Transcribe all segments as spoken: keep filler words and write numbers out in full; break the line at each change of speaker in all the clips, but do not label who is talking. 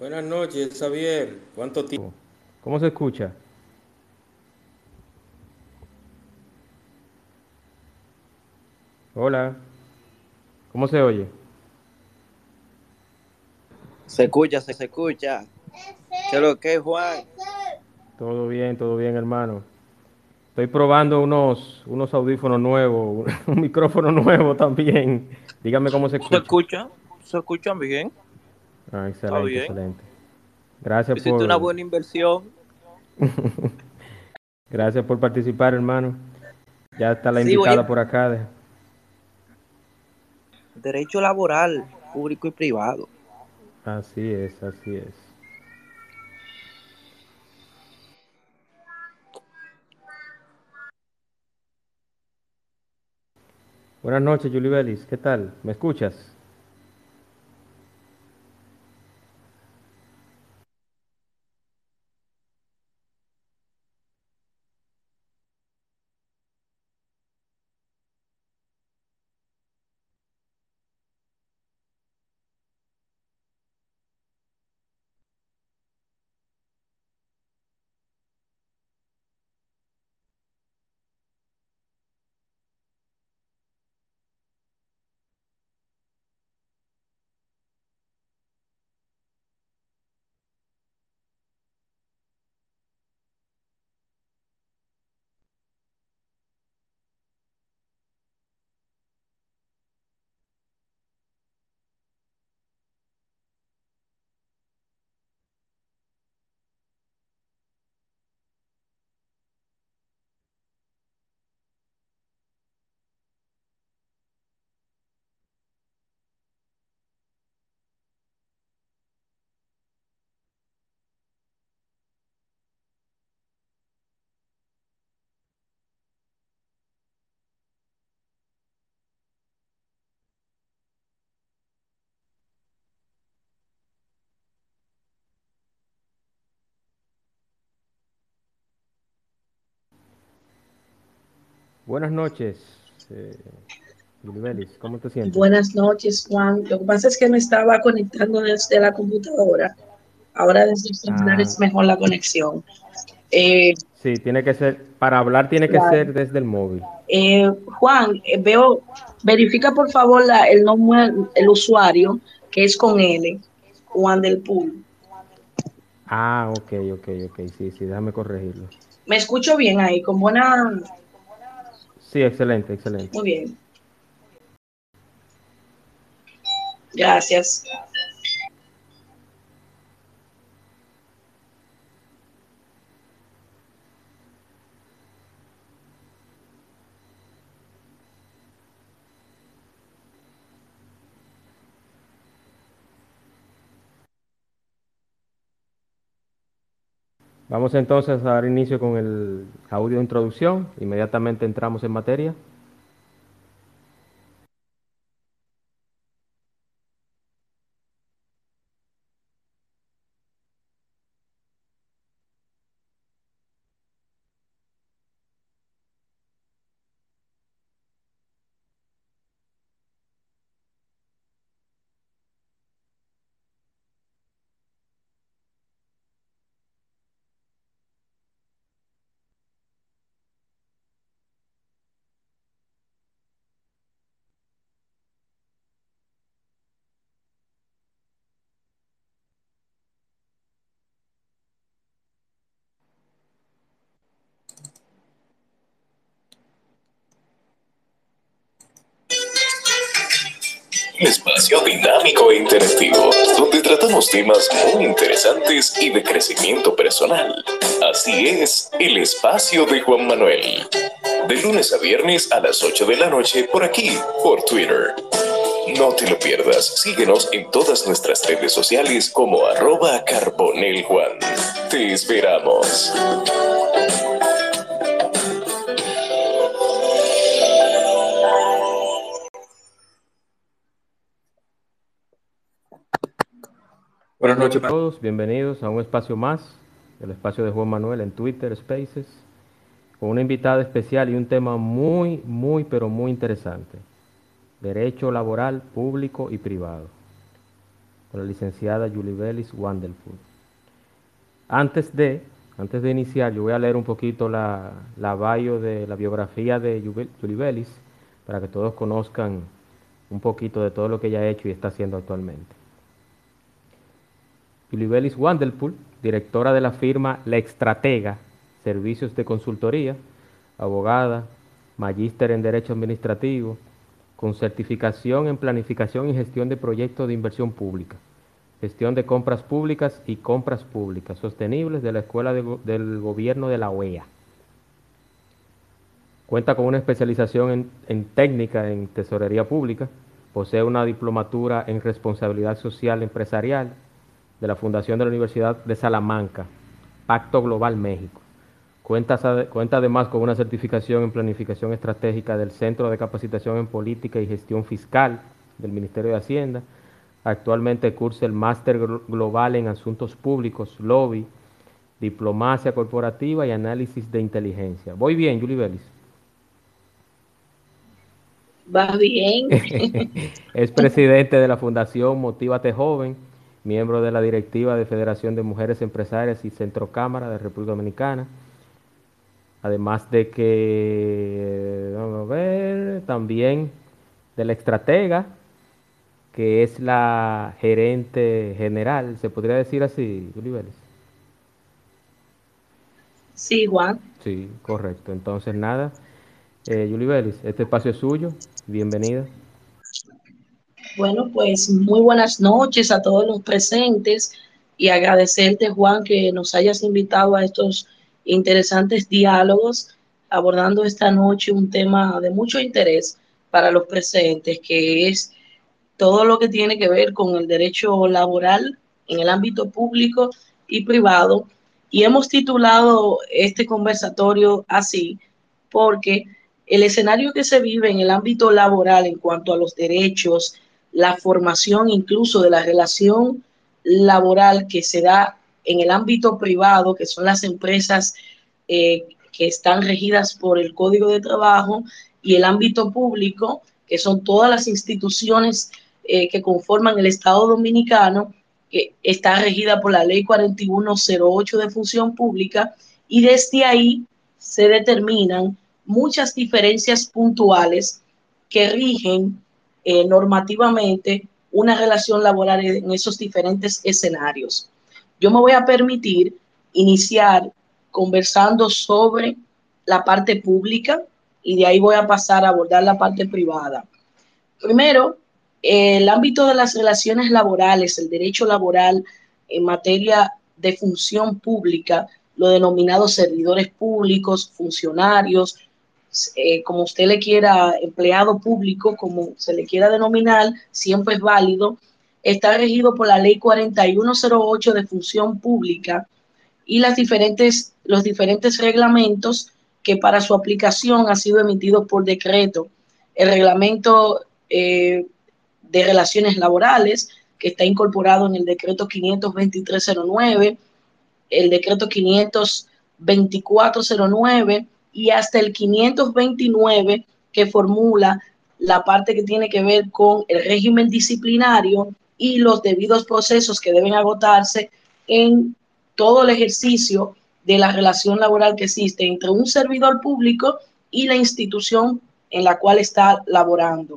Buenas noches, Xavier. ¿Cuánto tiempo?
¿Cómo se escucha? Hola, ¿cómo se oye?
Se escucha, se escucha. ¿Qué es lo que es, Juan?
Todo bien, todo bien, hermano. Estoy probando unos, unos audífonos nuevos, un micrófono nuevo también. Dígame cómo se
Se
escucha.
escucha, se escuchan bien,
Ah,
está
excelente,
bien.
excelente. Gracias
Hiciste una
por,
buena inversión.
gracias por participar, hermano. Ya está la
Sí, oye,
invitada por acá. de-
derecho laboral, público y privado.
Así es, así es. Buenas noches, Julie Belis. ¿Qué tal? ¿Me escuchas? Buenas noches, eh, Julie Belis. ¿Cómo te sientes?
Buenas noches, Juan. Lo que pasa es que me estaba conectando desde la computadora. Ahora desde el celular
Ah,
es mejor la conexión. Eh,
sí, tiene que ser, para hablar tiene que
claro.
ser desde el móvil.
Eh, Juan, eh, veo, verifica por favor la- el nombre, el usuario, que es con L, Juan del Pool.
Ah, ok, ok, ok, sí, sí, déjame corregirlo.
Me escucho bien ahí, con buena.
Sí, excelente, excelente.
Muy bien, gracias.
Vamos entonces a dar inicio con el audio de introducción. Inmediatamente entramos en materia.
Un espacio dinámico e interactivo, donde tratamos temas muy interesantes y de crecimiento personal. Así es, el espacio de Juan Manuel. De lunes a viernes a las ocho de la noche por aquí, por Twitter. No te lo pierdas, síguenos en todas nuestras redes sociales como arroba carboneljuan. Te esperamos.
Buenas noches.
A todos, bienvenidos a un espacio más, el espacio de Juan Manuel en Twitter Spaces, con una invitada especial y un tema muy, muy, pero muy interesante. Derecho laboral, público y privado. por la licenciada Yulibelis Wandelpul. Antes de, antes de iniciar, yo voy a leer un poquito la, la bio de la biografía de Yulibelis para que todos conozcan un poquito de todo lo que ella ha hecho y está haciendo actualmente. Yulibelis Wandelpul, directora de la firma La Estratega, Servicios de Consultoría, abogada, magíster en Derecho Administrativo, con certificación en Planificación y Gestión de Proyectos de Inversión Pública, Gestión de Compras Públicas y Compras Públicas Sostenibles de la Escuela de Go- del Gobierno de la O E A. Cuenta con una especialización en, en técnica en tesorería pública, posee una diplomatura en responsabilidad social empresarial de la Fundación de la Universidad de Salamanca, Pacto Global México. Cuenta, cuenta además con una certificación en planificación estratégica del Centro de Capacitación en Política y Gestión Fiscal del Ministerio de Hacienda. Actualmente cursa el Máster Global en Asuntos Públicos, Lobby, Diplomacia Corporativa y Análisis de Inteligencia. ¿Voy bien, Yulibelis?
Va bien.
Es presidente de la Fundación Motívate Joven, miembro de la directiva de Federación de Mujeres Empresarias y Centro Cámara de República Dominicana. Además de que, vamos a ver, también de la estratega, que es la gerente general, ¿se podría decir así, Yulibelis?
Sí, Juan.
Sí, correcto. Entonces, nada, eh, Yulibelis, este espacio es suyo, bienvenida.
Bueno, pues muy buenas noches a todos los presentes y agradecerte, Juan, que nos hayas invitado a estos interesantes diálogos, abordando esta noche un tema de mucho interés para los presentes, que es todo lo que tiene que ver con el derecho laboral en el ámbito público y privado. Y hemos titulado este conversatorio así porque el escenario que se vive en el ámbito laboral en cuanto a los derechos, la formación incluso de la relación laboral que se da en el ámbito privado, que son las empresas eh, que están regidas por el Código de Trabajo, y el ámbito público, que son todas las instituciones eh, que conforman el Estado Dominicano, que está regida por la Ley cuarenta y uno cero ocho de Función Pública, y desde ahí se determinan muchas diferencias puntuales que rigen eh, normativamente una relación laboral en esos diferentes escenarios. Yo me voy a permitir iniciar conversando sobre la parte pública y de ahí voy a pasar a abordar la parte privada. Primero, eh, el ámbito de las relaciones laborales, el derecho laboral en materia de función pública, lo denominado servidores públicos, funcionarios, eh, como usted le quiera, empleado público, como se le quiera denominar, siempre es válido, está regido por la Ley cuarenta y uno cero ocho de Función Pública y las diferentes, los diferentes reglamentos que para su aplicación han sido emitidos por decreto. El reglamento eh, de relaciones laborales, que está incorporado en el decreto quinientos veintitrés cero nueve, el decreto quinientos veinticuatro cero nueve y hasta el quinientos veintinueve, que formula la parte que tiene que ver con el régimen disciplinario y los debidos procesos que deben agotarse en todo el ejercicio de la relación laboral que existe entre un servidor público y la institución en la cual está laborando.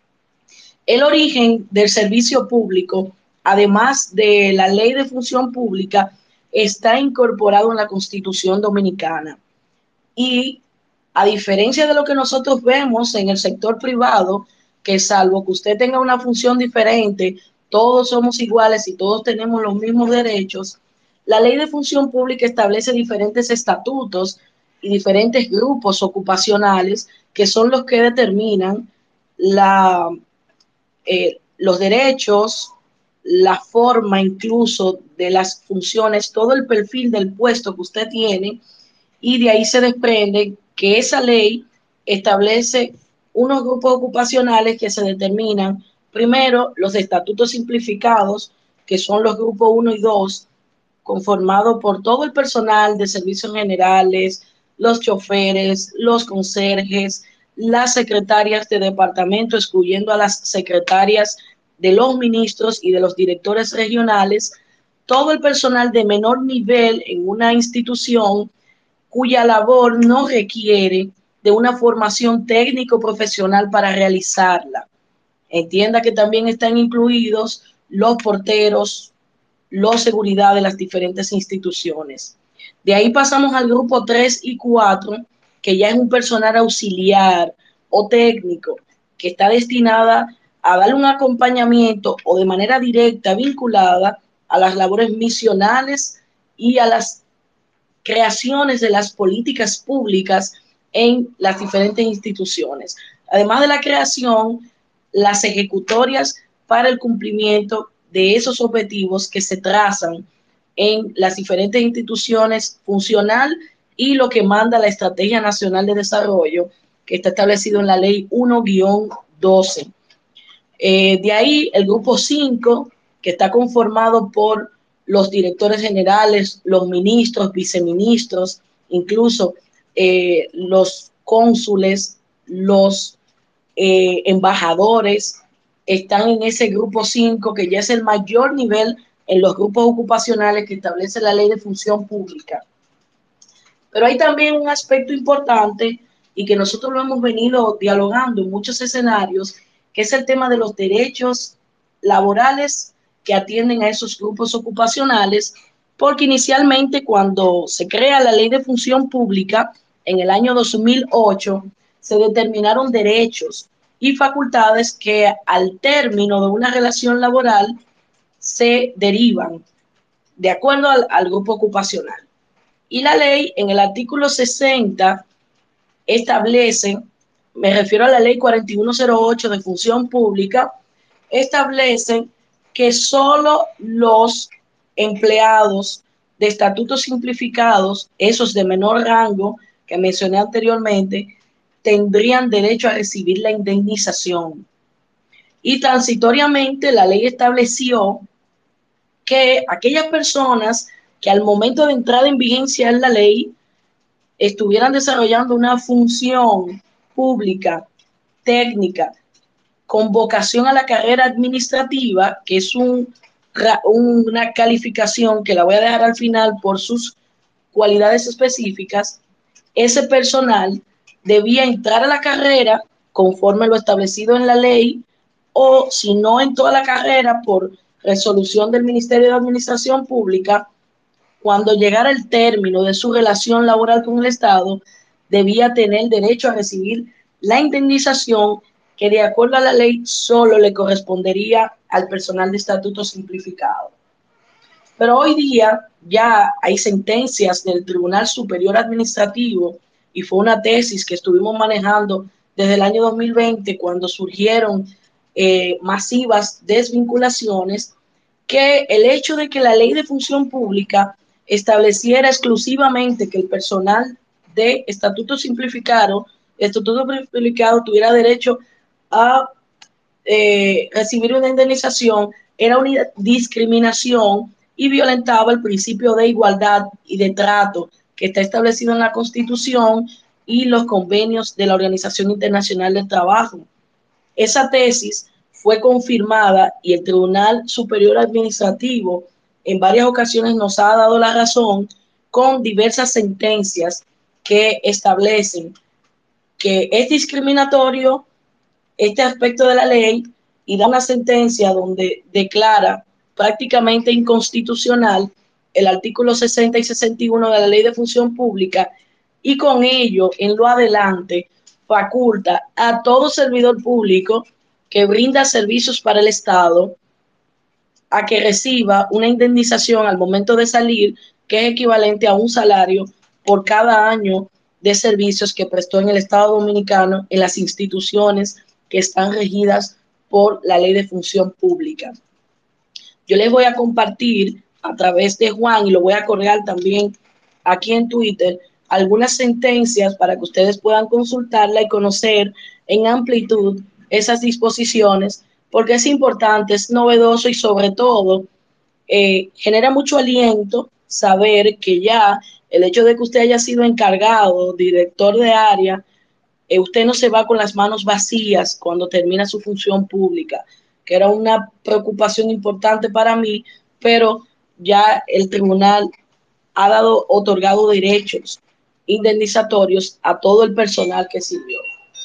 El origen del servicio público, además de la Ley de Función Pública, está incorporado en la Constitución Dominicana. Y a diferencia de lo que nosotros vemos en el sector privado, que salvo que usted tenga una función diferente, todos somos iguales y todos tenemos los mismos derechos, la Ley de Función Pública establece diferentes estatutos y diferentes grupos ocupacionales que son los que determinan la, eh, los derechos, la forma incluso de las funciones, todo el perfil del puesto que usted tiene, y de ahí se desprende que esa ley establece unos grupos ocupacionales que se determinan, primero, los estatutos simplificados, que son los grupos uno y dos, conformados por todo el personal de servicios generales, los choferes, los conserjes, las secretarias de departamento, excluyendo a las secretarias de los ministros y de los directores regionales, todo el personal de menor nivel en una institución cuya labor no requiere de una formación técnico-profesional para realizarla. Entienda que también están incluidos los porteros, los seguridad de las diferentes instituciones. De ahí pasamos al grupo tres y cuatro, que ya es un personal auxiliar o técnico que está destinada a darle un acompañamiento o de manera directa vinculada a las labores misionales y a las creaciones de las políticas públicas en las diferentes instituciones. Además de la creación, las ejecutorias para el cumplimiento de esos objetivos que se trazan en las diferentes instituciones funcional y lo que manda la Estrategia Nacional de Desarrollo, que está establecido en la Ley uno guión doce. Eh, de ahí el grupo cinco, que está conformado por los directores generales, los ministros, viceministros, incluso eh, los cónsules, los eh, embajadores, están en ese grupo cinco, que ya es el mayor nivel en los grupos ocupacionales que establece la Ley de Función Pública. Pero hay también un aspecto importante y que nosotros lo hemos venido dialogando en muchos escenarios, que es el tema de los derechos laborales que atienden a esos grupos ocupacionales, porque inicialmente cuando se crea la Ley de Función Pública en el año dos mil ocho, se determinaron derechos y facultades que al término de una relación laboral se derivan de acuerdo al, al grupo ocupacional. Y la ley en el artículo sesenta establece, me refiero a la ley cuarenta y uno cero ocho de Función Pública, establece que solo los empleados de estatutos simplificados, esos de menor rango que mencioné anteriormente, tendrían derecho a recibir la indemnización. Y transitoriamente la ley estableció que aquellas personas que al momento de entrada en vigencia en la ley estuvieran desarrollando una función pública, técnica, con vocación a la carrera administrativa, que es un, una calificación que la voy a dejar al final por sus cualidades específicas, ese personal debía entrar a la carrera conforme lo establecido en la ley, o si no en toda la carrera, por resolución del Ministerio de Administración Pública, cuando llegara el término de su relación laboral con el Estado, debía tener derecho a recibir la indemnización que de acuerdo a la ley solo le correspondería al personal de estatuto simplificado. Pero hoy día ya hay sentencias del Tribunal Superior Administrativo, y fue una tesis que estuvimos manejando desde el año dos mil veinte, cuando surgieron eh, masivas desvinculaciones, que el hecho de que la Ley de Función Pública estableciera exclusivamente que el personal de estatuto simplificado, estatuto simplificado tuviera derecho a eh, recibir una indemnización, era una discriminación y violentaba el principio de igualdad y de trato que está establecido en la Constitución y los convenios de la Organización Internacional del Trabajo. Esa tesis fue confirmada y el Tribunal Superior Administrativo en varias ocasiones nos ha dado la razón con diversas sentencias que establecen que es discriminatorio este aspecto de la ley, y da una sentencia donde declara prácticamente inconstitucional el artículo sesenta y sesenta y uno de la Ley de Función Pública, y con ello en lo adelante faculta a todo servidor público que brinda servicios para el Estado a que reciba una indemnización al momento de salir, que es equivalente a un salario por cada año de servicios que prestó en el Estado Dominicano en las instituciones que están regidas por la Ley de Función Pública. Yo les voy a compartir a través de Juan, y lo voy a colgar también aquí en Twitter, algunas sentencias para que ustedes puedan consultarla y conocer en amplitud esas disposiciones, porque es importante, es novedoso y sobre todo eh, genera mucho aliento saber que ya el hecho de que usted haya sido encargado, director de área, eh, usted no se va con las manos vacías cuando termina su función pública. que era una preocupación importante para mí, pero ya el tribunal ha dado, otorgado derechos indemnizatorios a todo el personal que sirvió.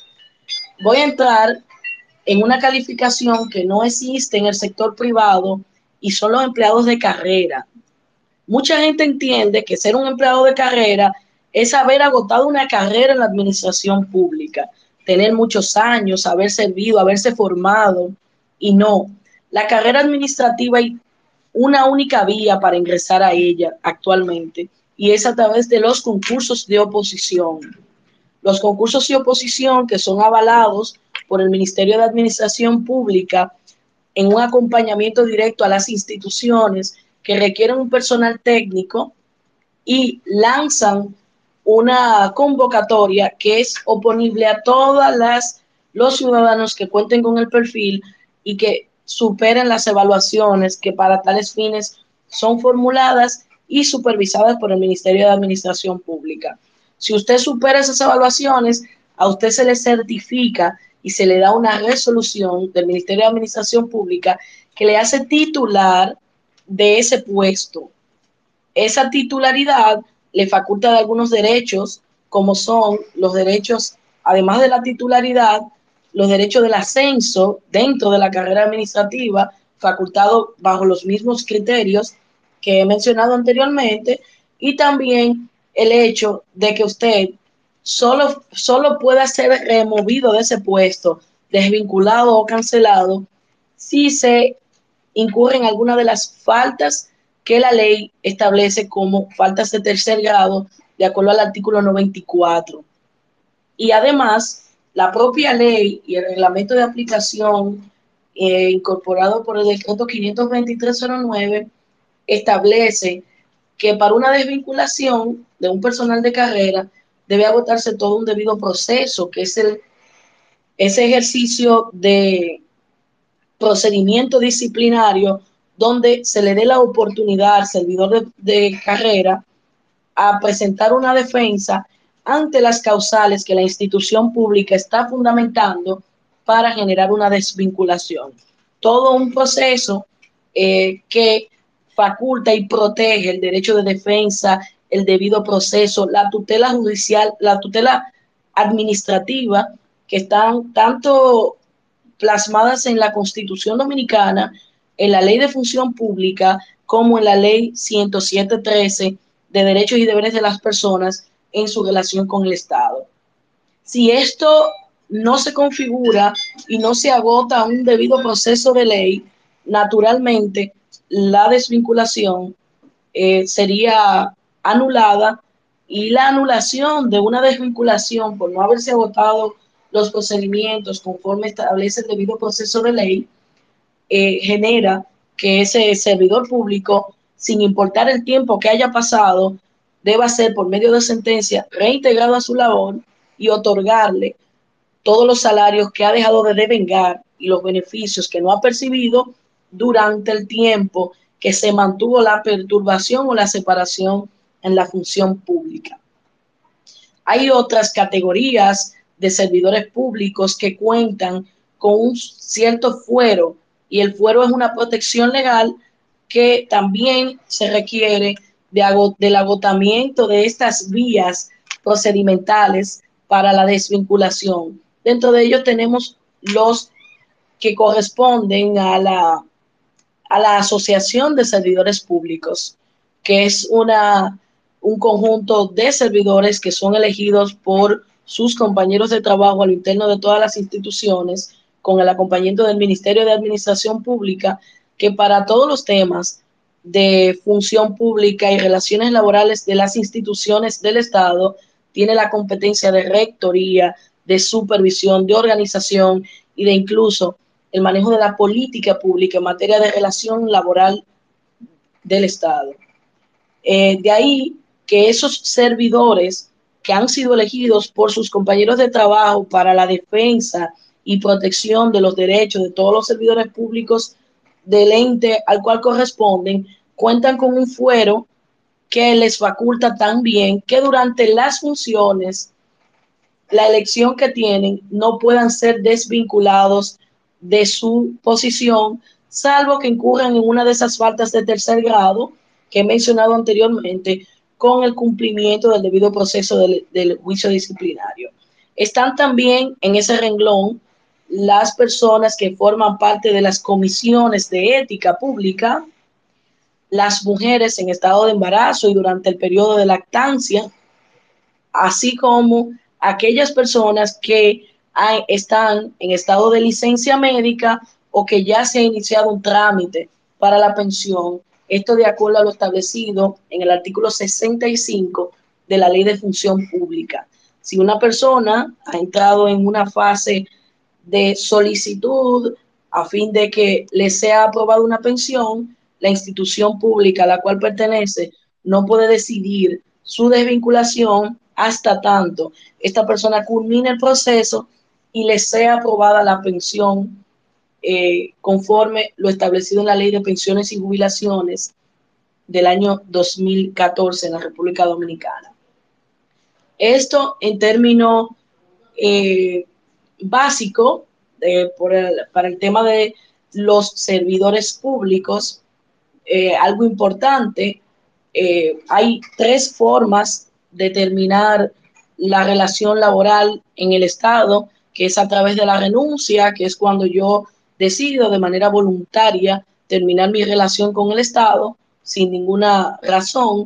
Voy a entrar en una calificación que no existe en el sector privado y son los empleados de carrera. Mucha gente entiende que ser un empleado de carrera es haber agotado una carrera en la administración pública, tener muchos años, haber servido, haberse formado, y no. La carrera administrativa hay una única vía para ingresar a ella actualmente, y es a través de los concursos de oposición. Los concursos de oposición que son avalados por el Ministerio de Administración Pública en un acompañamiento directo a las instituciones que requieren un personal técnico y lanzan una convocatoria que es oponible a todas las los ciudadanos que cuenten con el perfil y que superen las evaluaciones que para tales fines son formuladas y supervisadas por el Ministerio de Administración Pública. Si usted supera esas evaluaciones, a usted se le certifica y se le da una resolución del Ministerio de Administración Pública que le hace titular de ese puesto. Esa titularidad le faculta de algunos derechos, como son los derechos, además de la titularidad, los derechos del ascenso dentro de la carrera administrativa, facultado bajo los mismos criterios que he mencionado anteriormente, y también el hecho de que usted solo, solo pueda ser removido de ese puesto, desvinculado o cancelado, si se incurre en alguna de las faltas que la ley establece como faltas de tercer grado, de acuerdo al artículo noventa y cuatro. Y además, la propia ley y el reglamento de aplicación eh, incorporado por el decreto quinientos veintitrés cero nueve establece que para una desvinculación de un personal de carrera debe agotarse todo un debido proceso, que es el, ese ejercicio de procedimiento disciplinario donde se le dé la oportunidad al servidor de, de carrera a presentar una defensa ante las causales que la institución pública está fundamentando para generar una desvinculación. Todo un proceso eh, que faculta y protege el derecho de defensa, el debido proceso, la tutela judicial, la tutela administrativa, que están tanto plasmadas en la Constitución Dominicana, en la Ley de Función Pública, como en la Ley ciento siete trece de Derechos y Deberes de las Personas en su relación con el Estado. Si esto no se configura y no se agota un debido proceso de ley, naturalmente la desvinculación eh, sería anulada, y la anulación de una desvinculación por no haberse agotado los procedimientos conforme establece el debido proceso de ley eh, genera que ese servidor público, sin importar el tiempo que haya pasado, deba ser por medio de sentencia reintegrado a su labor y otorgarle todos los salarios que ha dejado de devengar y los beneficios que no ha percibido durante el tiempo que se mantuvo la perturbación o la separación en la función pública. Hay otras categorías de servidores públicos que cuentan con un cierto fuero, y el fuero es una protección legal que también se requiere de agot- del agotamiento de estas vías procedimentales para la desvinculación. Dentro de ellos tenemos los que corresponden a la, a la Asociación de Servidores Públicos, que es una, un conjunto de servidores que son elegidos por sus compañeros de trabajo a lo interno de todas las instituciones, con el acompañamiento del Ministerio de Administración Pública, que para todos los temas de función pública y relaciones laborales de las instituciones del Estado tiene la competencia de rectoría, de supervisión, de organización y de incluso el manejo de la política pública en materia de relación laboral del Estado. Eh, de ahí que esos servidores que han sido elegidos por sus compañeros de trabajo para la defensa y protección de los derechos de todos los servidores públicos del ente al cual corresponden, cuentan con un fuero que les faculta también que durante las funciones, la elección que tienen, no puedan ser desvinculados de su posición, salvo que incurran en una de esas faltas de tercer grado que he mencionado anteriormente, con el cumplimiento del debido proceso del, del juicio disciplinario. Están también en ese renglón las personas que forman parte de las comisiones de ética pública, las mujeres en estado de embarazo y durante el periodo de lactancia, así como aquellas personas que hay, están en estado de licencia médica o que ya se ha iniciado un trámite para la pensión. Esto de acuerdo a lo establecido en el artículo sesenta y cinco de la Ley de Función Pública. Si una persona ha entrado en una fase de solicitud a fin de que le sea aprobada una pensión, la institución pública a la cual pertenece no puede decidir su desvinculación hasta tanto esta persona culmine el proceso y le sea aprobada la pensión eh, conforme lo establecido en la Ley de Pensiones y Jubilaciones del año dos mil catorce en la República Dominicana. Esto en términos eh, básico eh, por el, para el tema de los servidores públicos. Eh, algo importante, eh, hay tres formas de terminar la relación laboral en el Estado, que es a través de la renuncia, que es cuando yo decido de manera voluntaria terminar mi relación con el Estado sin ninguna razón.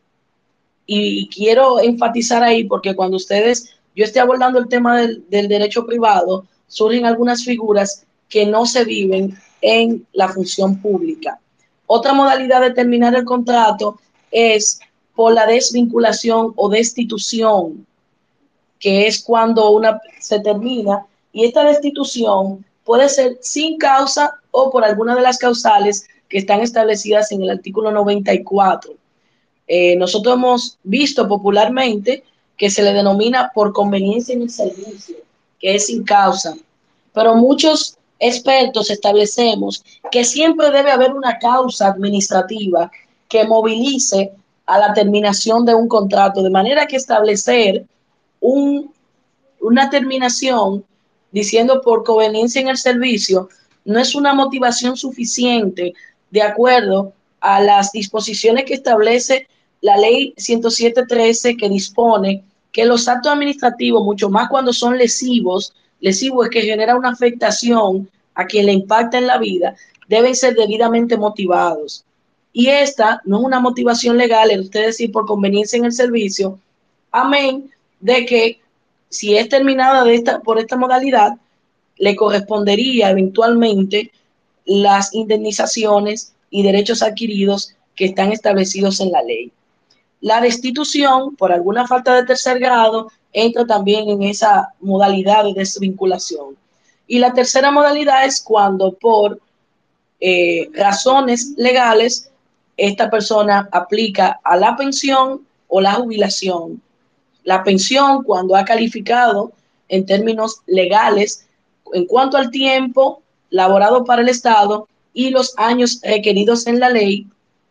Y quiero enfatizar ahí porque cuando ustedes, yo esté abordando el tema del, del derecho privado, surgen algunas figuras que no se viven en la función pública. Otra modalidad de terminar el contrato es por la desvinculación o destitución, que es cuando una se termina, y esta destitución puede ser sin causa o por alguna de las causales que están establecidas en el artículo noventa y cuatro. Eh, nosotros hemos visto popularmente que se le denomina por conveniencia en el servicio, que es sin causa, pero muchos expertos establecemos que siempre debe haber una causa administrativa que movilice a la terminación de un contrato, de manera que establecer un, una terminación diciendo por conveniencia en el servicio no es una motivación suficiente de acuerdo a las disposiciones que establece la ley ciento siete trece, que dispone que los actos administrativos, mucho más cuando son lesivos, lesivo es que genera una afectación a quien le impacta en la vida, deben ser debidamente motivados. Y esta no es una motivación legal, es usted decir por conveniencia en el servicio, amén de que si es terminada de esta, por esta modalidad, le correspondería eventualmente las indemnizaciones y derechos adquiridos que están establecidos en la ley. La destitución por alguna falta de tercer grado entra también en esa modalidad de desvinculación. Y la tercera modalidad es cuando por eh, razones legales esta persona aplica a la pensión o la jubilación. La pensión cuando ha calificado en términos legales en cuanto al tiempo laborado para el Estado y los años requeridos en la ley,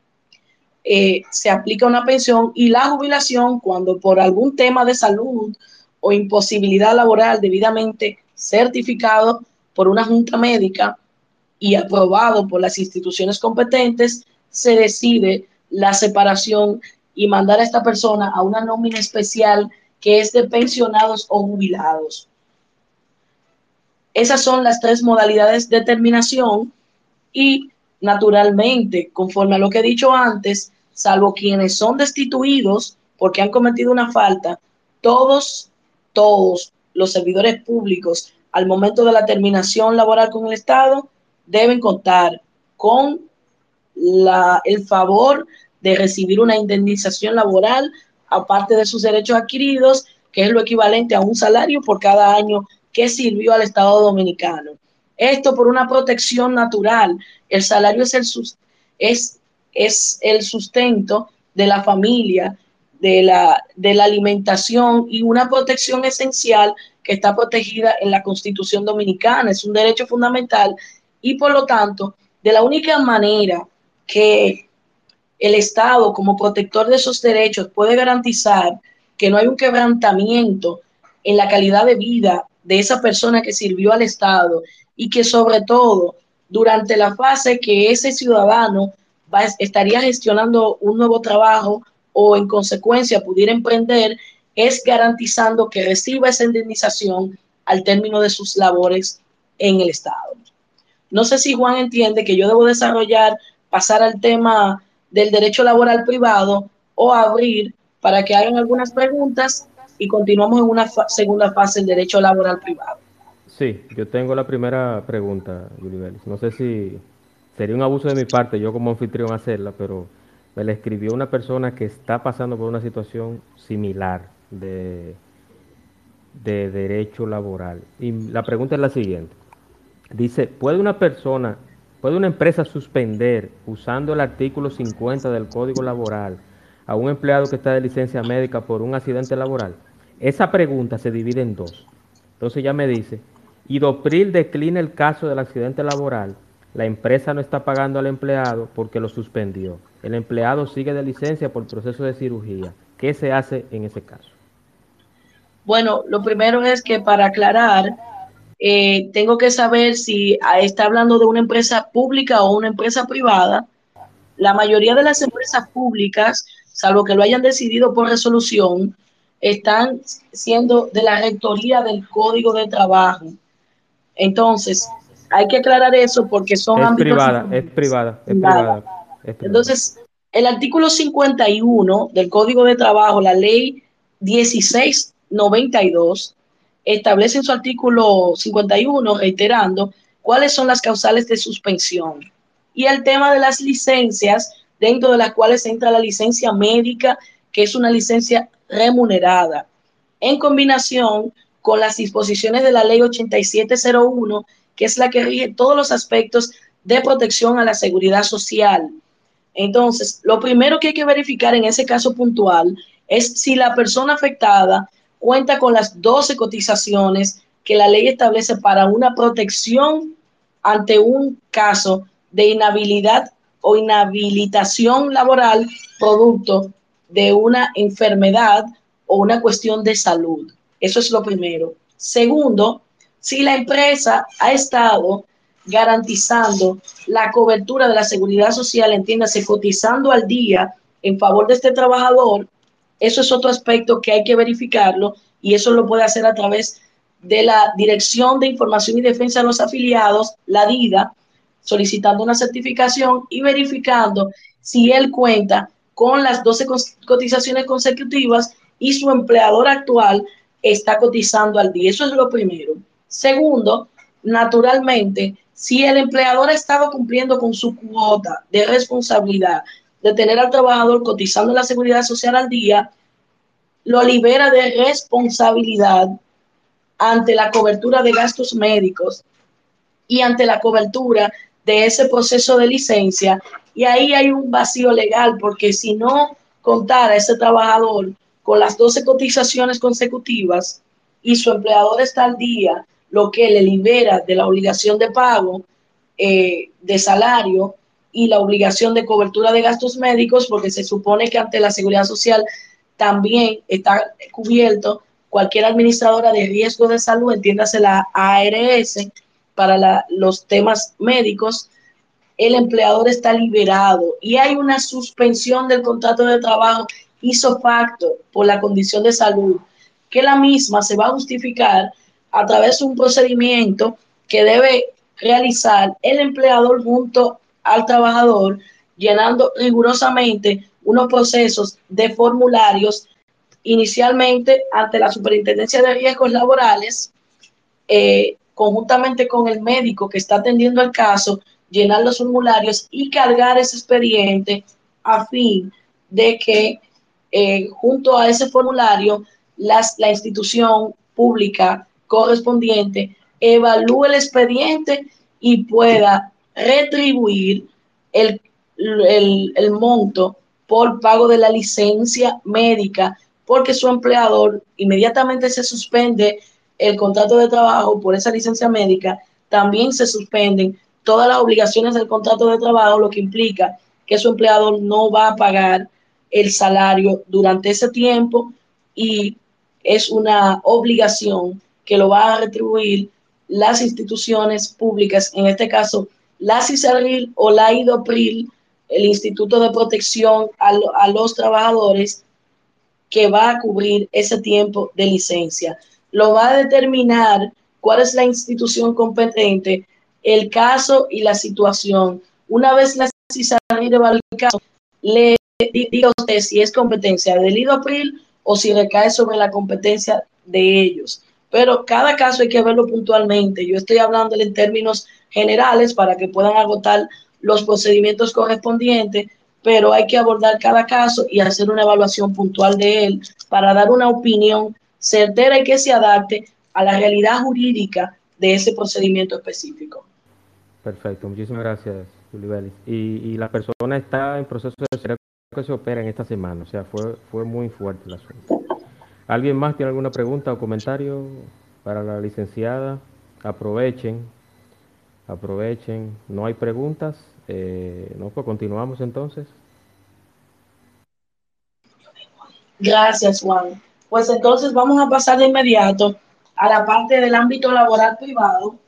eh, se aplica una pensión, y la jubilación cuando por algún tema de salud o imposibilidad laboral debidamente certificado por una junta médica y aprobado por las instituciones competentes, se decide la separación y mandar a esta persona a una nómina especial que es de pensionados o jubilados. Esas son las tres modalidades de terminación y, naturalmente, conforme a lo que he dicho antes, salvo quienes son destituidos porque han cometido una falta, todos, todos los servidores públicos al momento de la terminación laboral con el Estado deben contar con la, el favor de recibir una indemnización laboral aparte de sus derechos adquiridos, que es lo equivalente a un salario por cada año que sirvió al Estado Dominicano. Esto por una protección natural. El salario es el, es, es el sustento de la familia, de la, de la alimentación y una protección esencial que está protegida en la Constitución Dominicana. Es un derecho fundamental y, por lo tanto, de la única manera que el Estado, como protector de esos derechos, puede garantizar que no hay un quebrantamiento en la calidad de vida de esa persona que sirvió al Estado y que sobre todo durante la fase que ese ciudadano va, estaría gestionando un nuevo trabajo o en consecuencia pudiera emprender, es garantizando que reciba esa indemnización al término de sus labores en el Estado. No sé si Juan entiende que yo debo desarrollar, pasar al tema del derecho laboral privado o abrir para que hagan algunas preguntas y continuamos en una fa segunda fase del derecho laboral privado.
Sí, yo tengo la primera pregunta, Yulibelis. No sé si sería un abuso de mi parte, yo como anfitrión hacerla, pero me la escribió una persona que está pasando por una situación similar de, de derecho laboral. Y la pregunta es la siguiente. Dice, ¿puede una persona, puede una empresa suspender usando el artículo cincuenta del Código Laboral a un empleado que está de licencia médica por un accidente laboral? Esa pregunta se divide en dos. Entonces ya me dice, Idopril declina el caso del accidente laboral, la empresa no está pagando al empleado porque lo suspendió. El empleado sigue de licencia por proceso de cirugía. ¿Qué se hace en ese caso?
Bueno, lo primero es que para aclarar, eh, tengo que saber si está hablando de una empresa pública o una empresa privada. La mayoría de las empresas públicas, salvo que lo hayan decidido por resolución, están siendo de la rectoría del Código de Trabajo. Entonces, hay que aclarar eso porque son
Es
ámbitos
privada, es
diferentes.
privada, es privada, es privada.
Entonces, el artículo cincuenta y uno del Código de Trabajo, la ley dieciséis noventa y dos, establece en su artículo cincuenta y uno, reiterando, cuáles son las causales de suspensión. Y el tema de las licencias, dentro de las cuales entra la licencia médica, que es una licencia remunerada, en combinación con las disposiciones de la ley ochenta y siete cero uno, que es la que rige todos los aspectos de protección a la seguridad social. Entonces, lo primero que hay que verificar en ese caso puntual es si la persona afectada cuenta con las doce cotizaciones que la ley establece para una protección ante un caso de inhabilidad o inhabilitación laboral producto de una enfermedad o una cuestión de salud. Eso es lo primero. Segundo, si la empresa ha estado garantizando la cobertura de la seguridad social, entiéndase, cotizando al día en favor de este trabajador, eso es otro aspecto que hay que verificarlo y eso lo puede hacer a través de la Dirección de Información y Defensa de los Afiliados, la DIDA, solicitando una certificación y verificando si él cuenta con las doce cotizaciones consecutivas y su empleador actual está cotizando al día. Eso es lo primero. Segundo, naturalmente, si el empleador ha estado cumpliendo con su cuota de responsabilidad de tener al trabajador cotizando la seguridad social al día, lo libera de responsabilidad ante la cobertura de gastos médicos y ante la cobertura de ese proceso de licencia. Y ahí hay un vacío legal, porque si no contara ese trabajador con las doce cotizaciones consecutivas y su empleador está al día, lo que le libera de la obligación de pago eh, de salario y la obligación de cobertura de gastos médicos, porque se supone que ante la seguridad social también está cubierto cualquier administradora de riesgo de salud, entiéndase la A R S, para la, los temas médicos, el empleador está liberado y hay una suspensión del contrato de trabajo ipso facto por la condición de salud, que la misma se va a justificar a través de un procedimiento que debe realizar el empleador junto al trabajador, llenando rigurosamente unos procesos de formularios, inicialmente ante la Superintendencia de Riesgos Laborales, eh, conjuntamente con el médico que está atendiendo el caso, llenar los formularios y cargar ese expediente a fin de que eh, junto a ese formulario las, la institución pública correspondiente evalúe el expediente y pueda retribuir el, el, el monto por pago de la licencia médica, porque su empleador inmediatamente se suspende el contrato de trabajo por esa licencia médica, también se suspenden todas las obligaciones del contrato de trabajo, lo que implica que su empleador no va a pagar el salario durante ese tiempo y es una obligación que lo van a retribuir las instituciones públicas, en este caso la CISARRIL o la IDOPRIL, el Instituto de Protección a, lo, a los Trabajadores, que va a cubrir ese tiempo de licencia. Lo va a determinar cuál es la institución competente, el caso y la situación. Una vez la CISARRIL evalúe el caso, le diga a usted si es competencia del IDOPRIL o si recae sobre la competencia de ellos. Pero cada caso hay que verlo puntualmente. Yo estoy hablando en términos generales para que puedan agotar los procedimientos correspondientes, pero hay que abordar cada caso y hacer una evaluación puntual de él para dar una opinión certera y que se adapte a la realidad jurídica de ese procedimiento específico.
Perfecto, muchísimas gracias, Yulibelis. Y, y la persona está en proceso de que se opera en esta semana, o sea, fue, fue muy fuerte el asunto. ¿Alguien más tiene alguna pregunta o comentario para la licenciada? Aprovechen, aprovechen. No hay preguntas. Eh, no, pues continuamos entonces.
Gracias, Juan. Pues entonces vamos a pasar de inmediato a la parte del ámbito laboral privado.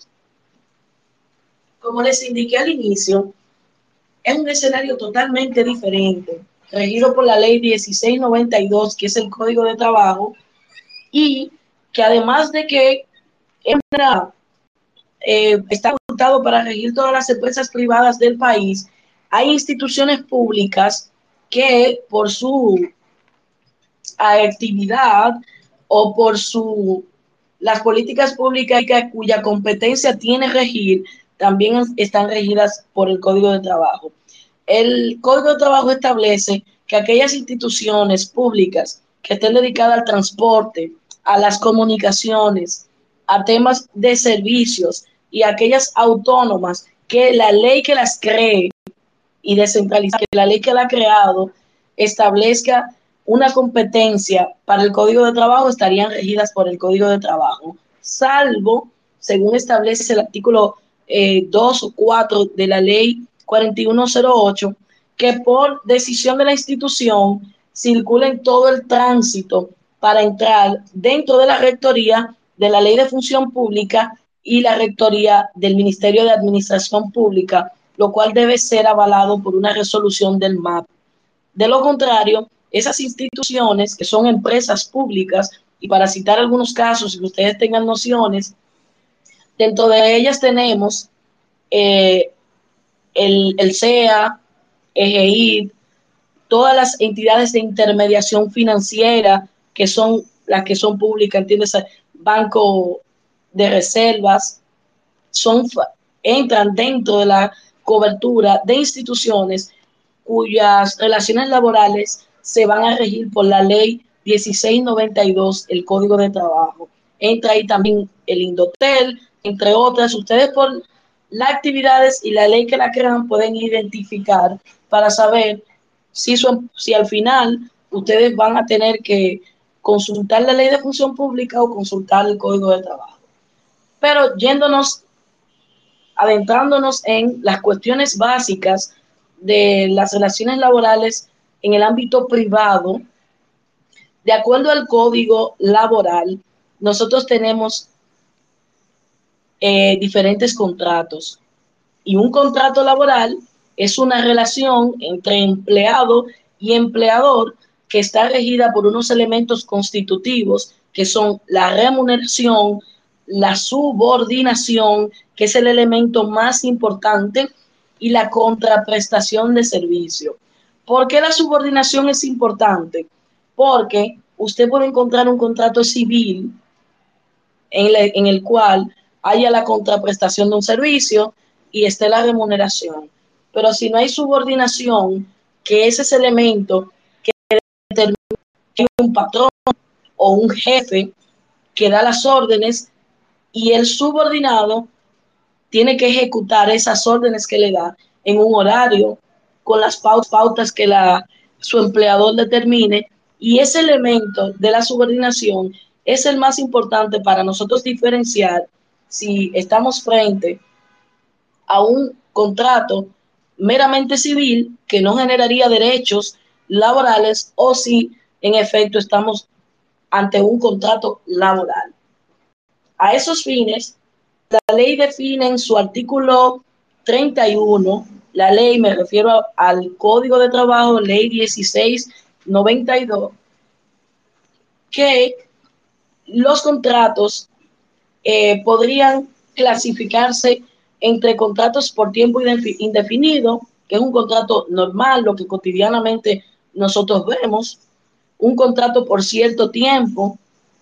Como les indiqué al inicio, es un escenario totalmente diferente, regido por la ley dieciséis noventa y dos, que es el Código de Trabajo, y que además de que es una, eh, está facultado para regir todas las empresas privadas del país, hay instituciones públicas que por su actividad o por su las políticas públicas cuya competencia tiene regir, también están regidas por el Código de Trabajo. El Código de Trabajo establece que aquellas instituciones públicas que estén dedicadas al transporte, a las comunicaciones, a temas de servicios y aquellas autónomas que la ley que las cree y descentralizar, que la ley que la ha creado establezca una competencia para el Código de Trabajo, estarían regidas por el Código de Trabajo, salvo, según establece el artículo eh, dos o cuatro de la ley cuarenta y uno cero ocho, que por decisión de la institución circulen todo el tránsito para entrar dentro de la rectoría de la Ley de Función Pública y la rectoría del Ministerio de Administración Pública, lo cual debe ser avalado por una resolución del M A P. De lo contrario, esas instituciones que son empresas públicas, y para citar algunos casos, y que ustedes tengan nociones, dentro de ellas tenemos eh, el, el C E A, E G I, todas las entidades de intermediación financiera que son las que son públicas, ¿entiendes? Banco de reservas, son, entran dentro de la cobertura de instituciones cuyas relaciones laborales se van a regir por la ley dieciséis noventa y dos, el Código de Trabajo. Entra ahí también el Indotel, entre otras. Ustedes por las actividades y la ley que la crean pueden identificar para saber si, son, si al final ustedes van a tener que consultar la ley de función pública o consultar el Código de Trabajo. Pero yéndonos, adentrándonos en las cuestiones básicas de las relaciones laborales en el ámbito privado, de acuerdo al Código Laboral, nosotros tenemos eh, diferentes contratos. Y un contrato laboral es una relación entre empleado y empleador que está regida por unos elementos constitutivos que son la remuneración, la subordinación, que es el elemento más importante, y la contraprestación de servicio. ¿Por qué la subordinación es importante? Porque usted puede encontrar un contrato civil en, la, en el cual haya la contraprestación de un servicio y esté la remuneración. Pero si no hay subordinación, que es ese elemento que determina que hay un patrón o un jefe que da las órdenes y el subordinado tiene que ejecutar esas órdenes que le da en un horario con las pautas que la, su empleador determine, y ese elemento de la subordinación es el más importante para nosotros diferenciar si estamos frente a un contrato meramente civil que no generaría derechos laborales o si en efecto estamos ante un contrato laboral. A esos fines, la ley define en su artículo treinta y uno, la ley, me refiero a, al Código de Trabajo, ley dieciséis noventa y dos, que los contratos eh, podrían clasificarse entre contratos por tiempo indefinido, que es un contrato normal, lo que cotidianamente nosotros vemos, un contrato por cierto tiempo,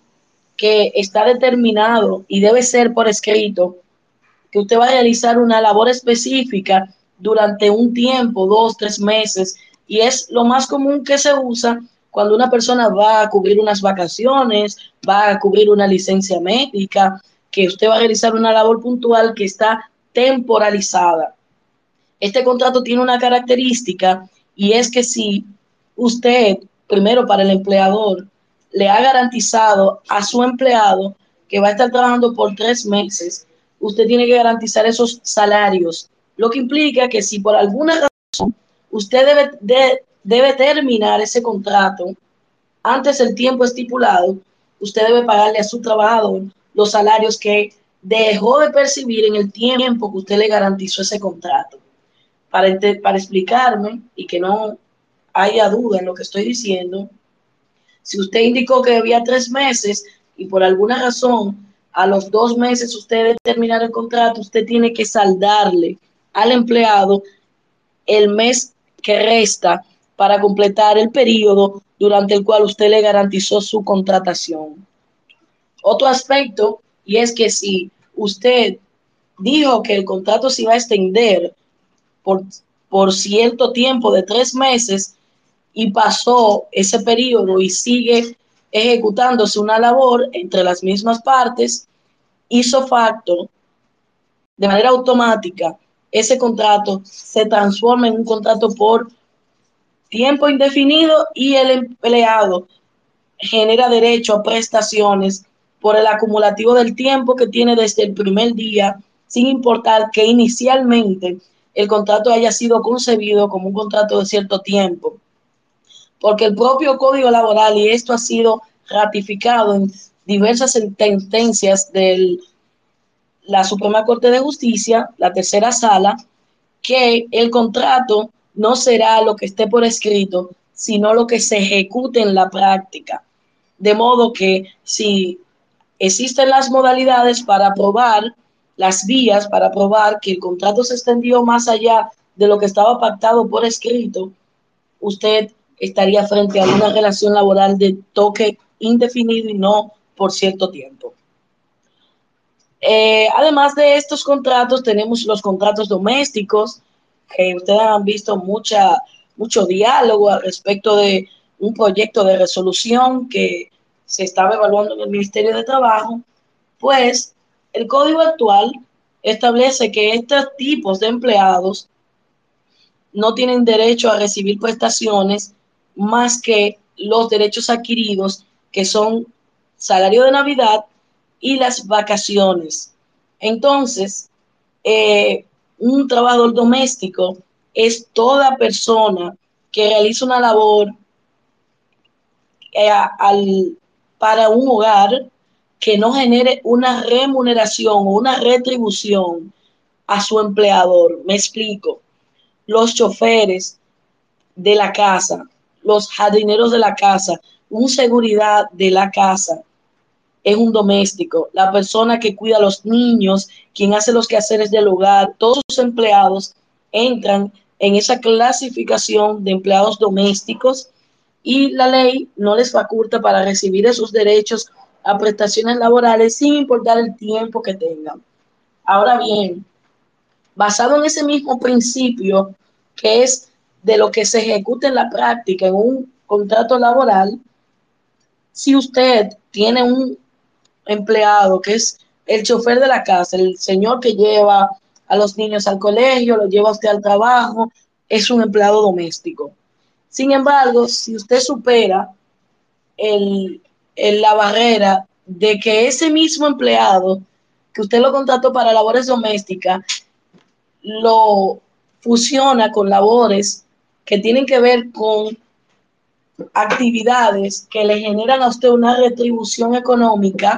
que está determinado y debe ser por escrito, que usted va a realizar una labor específica durante un tiempo, dos, tres meses, y es lo más común que se usa cuando una persona va a cubrir unas vacaciones, va a cubrir una licencia médica, que usted va a realizar una labor puntual que está temporalizada. Este contrato tiene una característica y es que si usted, primero para el empleador, le ha garantizado a su empleado que va a estar trabajando por tres meses, usted tiene que garantizar esos salarios, lo que implica que si por alguna razón usted debe, de, debe terminar ese contrato antes del tiempo estipulado, usted debe pagarle a su trabajador los salarios que dejó de percibir en el tiempo que usted le garantizó ese contrato. Para, para explicarme y que no haya duda en lo que estoy diciendo, si usted indicó que debía tres meses y por alguna razón a los dos meses usted debe terminar el contrato, usted tiene que saldarle al empleado el mes que resta para completar el periodo durante el cual usted le garantizó su contratación. Otro aspecto, y es que si usted dijo que el contrato se iba a extender por, por cierto tiempo de tres meses y pasó ese periodo y sigue ejecutándose una labor entre las mismas partes, hizo facto, de manera automática, ese contrato se transforma en un contrato por tiempo indefinido y el empleado genera derecho a prestaciones por el acumulativo del tiempo que tiene desde el primer día, sin importar que inicialmente el contrato haya sido concebido como un contrato de cierto tiempo. Porque el propio Código Laboral, y esto ha sido ratificado en diversas sentencias de la Suprema Corte de Justicia, la tercera sala, que el contrato no será lo que esté por escrito, sino lo que se ejecute en la práctica. De modo que si existen las modalidades para probar, las vías para probar que el contrato se extendió más allá de lo que estaba pactado por escrito, usted estaría frente a una relación laboral de toque indefinido y no por cierto tiempo. Eh, además de estos contratos, tenemos los contratos domésticos, que ustedes han visto mucha, mucho diálogo al respecto de un proyecto de resolución que se estaba evaluando en el Ministerio de Trabajo. Pues el código actual establece que estos tipos de empleados no tienen derecho a recibir prestaciones más que los derechos adquiridos, que son salario de Navidad y las vacaciones. Entonces, eh, un trabajador doméstico es toda persona que realiza una labor eh, al, para un hogar que no genere una remuneración o una retribución a su empleador. Me explico. Los choferes de la casa, los jardineros de la casa, un seguridad de la casa, es un doméstico. La persona que cuida a los niños, quien hace los quehaceres del hogar, todos sus empleados entran en esa clasificación de empleados domésticos y la ley no les faculta para recibir esos derechos a prestaciones laborales sin importar el tiempo que tengan. Ahora bien, basado en ese mismo principio, que es de lo que se ejecuta en la práctica en un contrato laboral, si usted tiene un empleado que es el chofer de la casa, el señor que lleva a los niños al colegio, lo lleva a usted al trabajo, es un empleado doméstico. Sin embargo, si usted supera el, el, la barrera de que ese mismo empleado que usted lo contrató para labores domésticas lo fusiona con labores que tienen que ver con actividades que le generan a usted una retribución económica,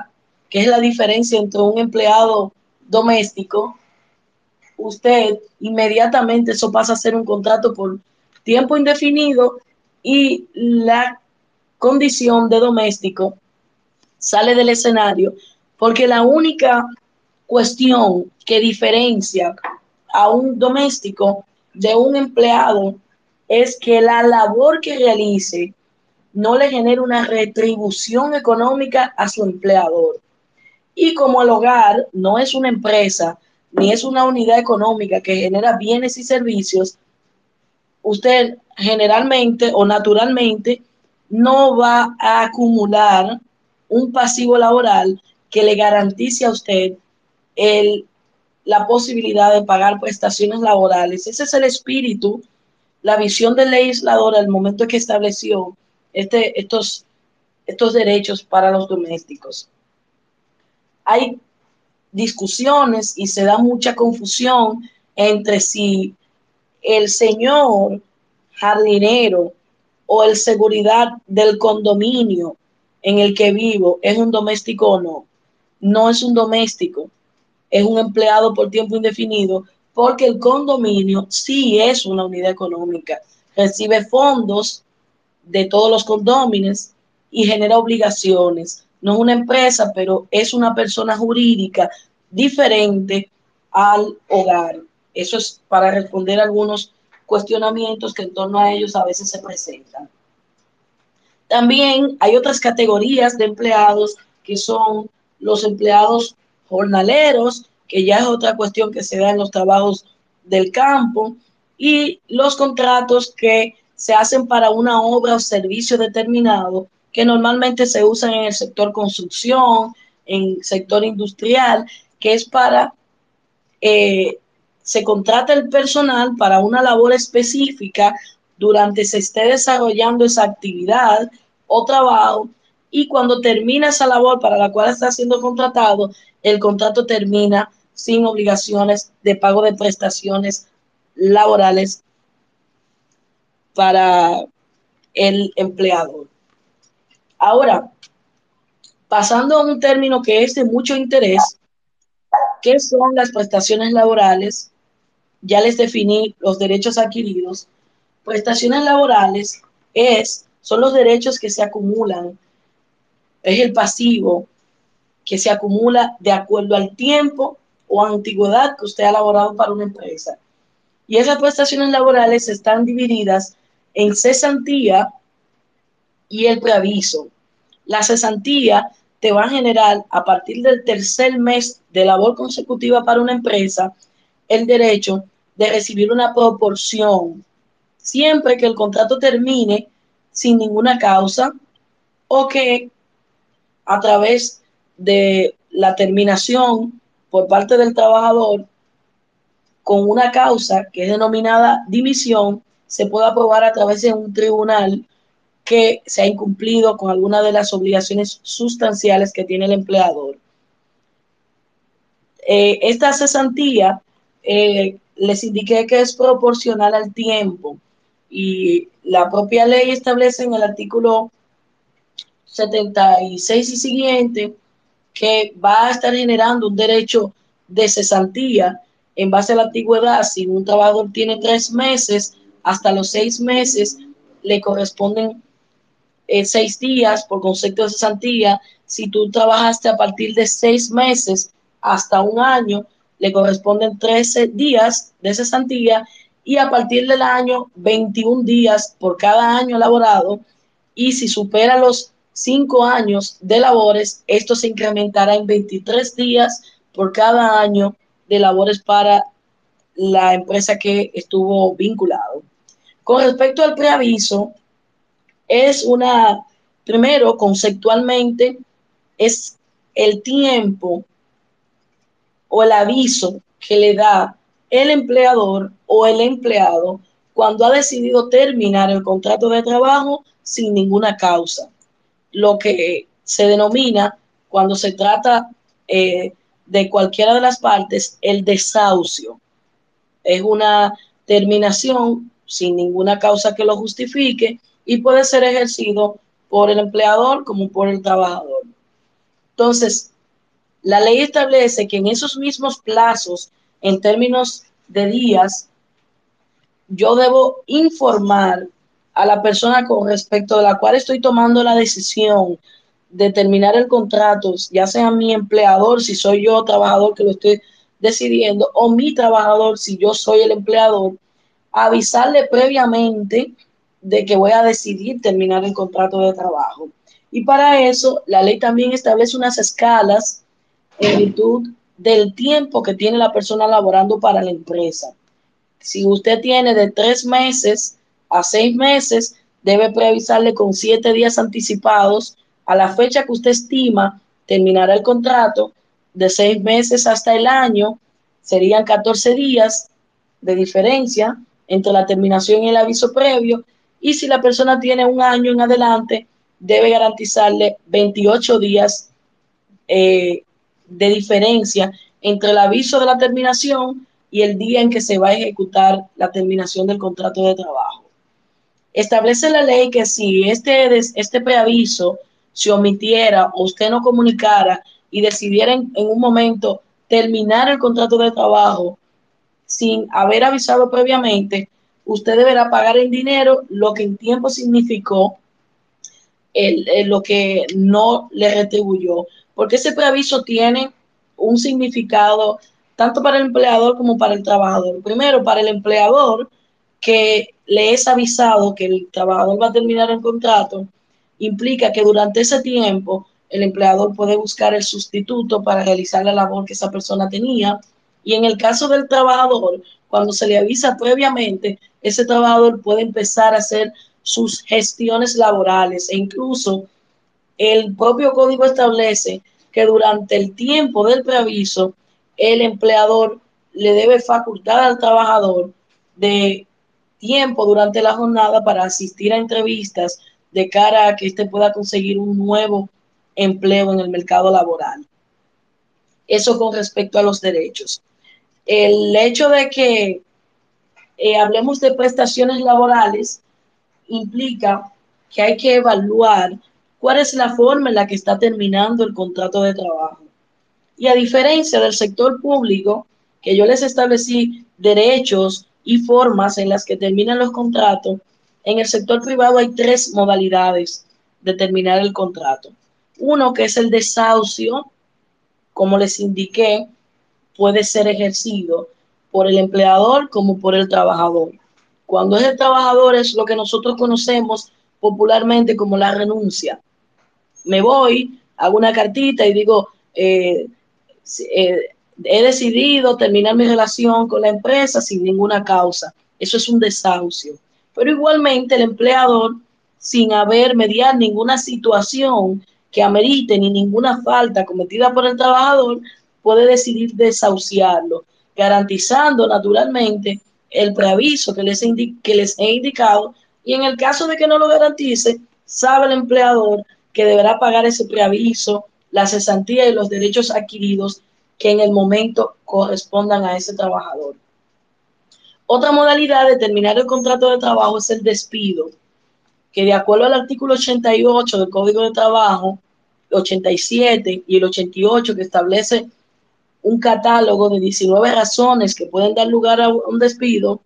que es la diferencia entre un empleado doméstico, usted inmediatamente eso pasa a ser un contrato por tiempo indefinido y la condición de doméstico sale del escenario, porque la única cuestión que diferencia a un doméstico de un empleado es que la labor que realice no le genera una retribución económica a su empleador. Y como el hogar no es una empresa ni es una unidad económica que genera bienes y servicios, usted generalmente o naturalmente no va a acumular un pasivo laboral que le garantice a usted el, la posibilidad de pagar prestaciones laborales. Ese es el espíritu, la visión del legislador al momento en que estableció este, estos, estos derechos para los domésticos. Hay discusiones y se da mucha confusión entre si el señor jardinero o el seguridad del condominio en el que vivo es un doméstico o no. No es un doméstico, es un empleado por tiempo indefinido, porque el condominio sí es una unidad económica, recibe fondos de todos los condóminos y genera obligaciones. No es una empresa, pero es una persona jurídica diferente al hogar. Eso es para responder a algunos cuestionamientos que en torno a ellos a veces se presentan. También hay otras categorías de empleados que son los empleados jornaleros, que ya es otra cuestión que se da en los trabajos del campo, y los contratos que se hacen para una obra o servicio determinado, que normalmente se usan en el sector construcción, en el sector industrial, que es para, eh, se contrata el personal para una labor específica durante se esté desarrollando esa actividad o trabajo, y cuando termina esa labor para la cual está siendo contratado, el contrato termina sin obligaciones de pago de prestaciones laborales para el empleador. Ahora, pasando a un término que es de mucho interés, ¿qué son las prestaciones laborales? Ya les definí los derechos adquiridos. Prestaciones laborales es, son los derechos que se acumulan, es el pasivo que se acumula de acuerdo al tiempo o antigüedad que usted ha laborado para una empresa. Y esas prestaciones laborales están divididas en cesantía y el preaviso. La cesantía te va a generar a partir del tercer mes de labor consecutiva para una empresa el derecho de recibir una proporción siempre que el contrato termine sin ninguna causa o que a través de la terminación por parte del trabajador con una causa que es denominada dimisión se pueda aprobar a través de un tribunal que se ha incumplido con alguna de las obligaciones sustanciales que tiene el empleador. Eh, esta cesantía eh, les indiqué que es proporcional al tiempo y la propia ley establece en el artículo setenta y seis y siguiente que va a estar generando un derecho de cesantía en base a la antigüedad. Si un trabajador tiene tres meses, hasta los seis meses le corresponden eh, seis días por concepto de cesantía. Si tú trabajaste a partir de seis meses hasta un año, le corresponden trece días de cesantía, y a partir del año, veintiún días por cada año laborado, y si supera los cinco años de labores, esto se incrementará en veintitrés días por cada año de labores para la empresa que estuvo vinculado. Con respecto al preaviso, es una, primero, conceptualmente, es el tiempo o el aviso que le da el empleador o el empleado cuando ha decidido terminar el contrato de trabajo sin ninguna causa, lo que se denomina, cuando se trata eh, de cualquiera de las partes, el desahucio. Es una terminación sin ninguna causa que lo justifique y puede ser ejercido por el empleador como por el trabajador. Entonces, La ley establece que en esos mismos plazos, en términos de días, yo debo informar a la persona con respecto de la cual estoy tomando la decisión de terminar el contrato, ya sea mi empleador, si soy yo trabajador que lo estoy decidiendo, o mi trabajador, si yo soy el empleador, avisarle previamente de que voy a decidir terminar el contrato de trabajo. Y para eso, la ley también establece unas escalas en virtud del tiempo que tiene la persona laborando para la empresa. Si usted tiene de tres meses a seis meses, debe preavisarle con siete días anticipados a la fecha que usted estima terminará el contrato. De seis meses hasta el año serían catorce días de diferencia entre la terminación y el aviso previo. Y si la persona tiene un año en adelante, debe garantizarle veintiocho días eh, de diferencia entre el aviso de la terminación y el día en que se va a ejecutar la terminación del contrato de trabajo. Establece la ley que si este, este preaviso se omitiera o usted no comunicara y decidiera en, en un momento terminar el contrato de trabajo sin haber avisado previamente, usted deberá pagar en dinero lo que en tiempo significó el, el, lo que no le retribuyó, porque ese preaviso tiene un significado tanto para el empleador como para el trabajador. Primero, para el empleador, que le es avisado que el trabajador va a terminar el contrato, implica que durante ese tiempo el empleador puede buscar el sustituto para realizar la labor que esa persona tenía. Y en el caso del trabajador, cuando se le avisa previamente, ese trabajador puede empezar a hacer sus gestiones laborales e incluso el propio código establece que durante el tiempo del preaviso el empleador le debe facultar al trabajador de tiempo durante la jornada para asistir a entrevistas de cara a que éste pueda conseguir un nuevo empleo en el mercado laboral. Eso con respecto a los derechos. El hecho de que eh, hablemos de prestaciones laborales implica que hay que evaluar cuál es la forma en la que está terminando el contrato de trabajo. Y a diferencia del sector público, que yo les establecí derechos y formas en las que terminan los contratos, en el sector privado hay tres modalidades de terminar el contrato. Uno, que es el desahucio, como les indiqué, puede ser ejercido por el empleador como por el trabajador. Cuando es el trabajador es lo que nosotros conocemos popularmente como la renuncia. Me voy, hago una cartita y digo, eh, eh, he decidido terminar mi relación con la empresa sin ninguna causa. Eso es un desahucio. Pero igualmente el empleador, sin haber mediar ninguna situación que amerite ni ninguna falta cometida por el trabajador, puede decidir desahuciarlo, garantizando naturalmente el preaviso que les, que les he indicado, y en el caso de que no lo garantice, sabe el empleador que deberá pagar ese preaviso, la cesantía y los derechos adquiridos que en el momento correspondan a ese trabajador. Otra modalidad de terminar el contrato de trabajo es el despido, que de acuerdo al artículo ochenta y ocho del Código de Trabajo, ochenta y siete y el ochenta y ocho, que establece un catálogo de diecinueve razones que pueden dar lugar a un despido,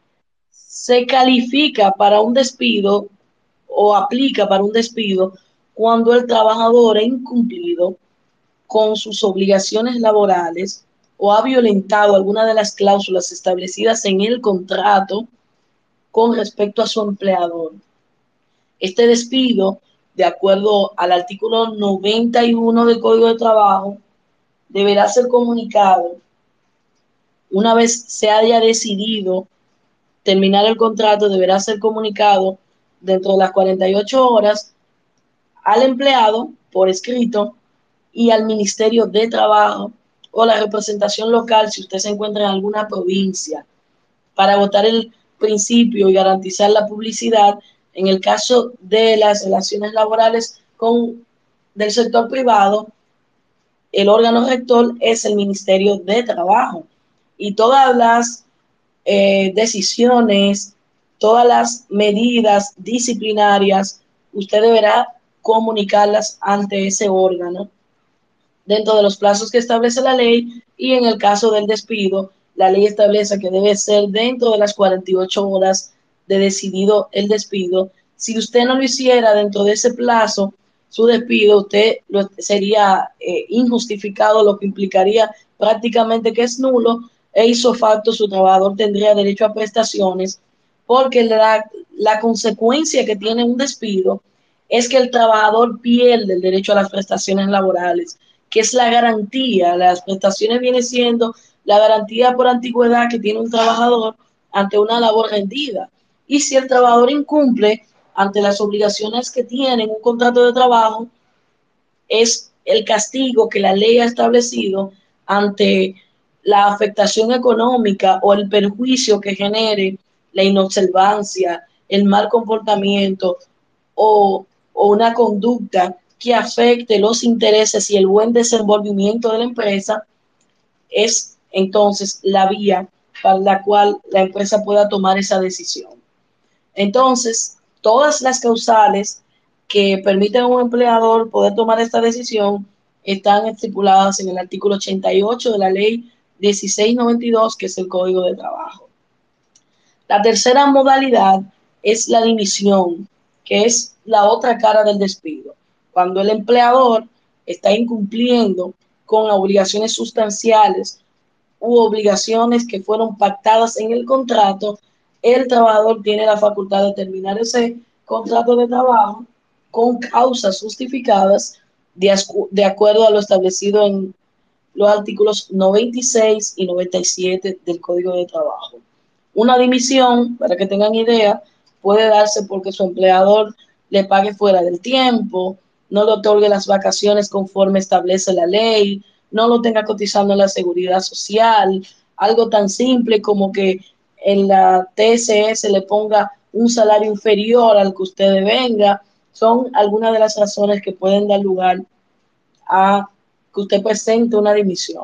se califica para un despido o aplica para un despido cuando el trabajador ha incumplido con sus obligaciones laborales o ha violentado alguna de las cláusulas establecidas en el contrato con respecto a su empleador. Este despido, de acuerdo al artículo noventa y uno del Código de Trabajo, deberá ser comunicado una vez se haya decidido terminar el contrato, deberá ser comunicado dentro de las cuarenta y ocho horas al empleado por escrito y al Ministerio de Trabajo o la representación local si usted se encuentra en alguna provincia, para agotar el principio y garantizar la publicidad. En el caso de las relaciones laborales con, del sector privado, el órgano rector es el Ministerio de Trabajo y todas las eh, decisiones, todas las medidas disciplinarias, usted deberá comunicarlas ante ese órgano dentro de los plazos que establece la ley, y en el caso del despido, la ley establece que debe ser dentro de las cuarenta y ocho horas de decidido el despido. Si usted no lo hiciera dentro de ese plazo, su despido, usted lo, sería eh, injustificado, lo que implicaría prácticamente que es nulo, e hizo facto su trabajador tendría derecho a prestaciones, porque la, la consecuencia que tiene un despido es que el trabajador pierde el derecho a las prestaciones laborales, que es la garantía. Las prestaciones viene siendo la garantía por antigüedad que tiene un trabajador ante una labor rendida. Y si el trabajador incumple ante las obligaciones que tiene en un contrato de trabajo, es el castigo que la ley ha establecido ante la afectación económica o el perjuicio que genere la inobservancia, el mal comportamiento o, o una conducta que afecte los intereses y el buen desenvolvimiento de la empresa. Es entonces la vía para la cual la empresa pueda tomar esa decisión. Entonces, todas las causales que permiten a un empleador poder tomar esta decisión están estipuladas en el artículo ochenta y ocho de la ley dieciséis noventa y dos, que es el Código de Trabajo. La tercera modalidad es la dimisión, que es la otra cara del despido. Cuando el empleador está incumpliendo con obligaciones sustanciales u obligaciones que fueron pactadas en el contrato, el trabajador tiene la facultad de terminar ese contrato de trabajo con causas justificadas de, de acuerdo a lo establecido en los artículos noventa y seis y noventa y siete del Código de Trabajo. Una dimisión, para que tengan idea, puede darse porque su empleador le pague fuera del tiempo, no le otorgue las vacaciones conforme establece la ley, no lo tenga cotizando en la seguridad social, algo tan simple como que en la T S S le ponga un salario inferior al que usted devenga. Son algunas de las razones que pueden dar lugar a que usted presente una dimisión.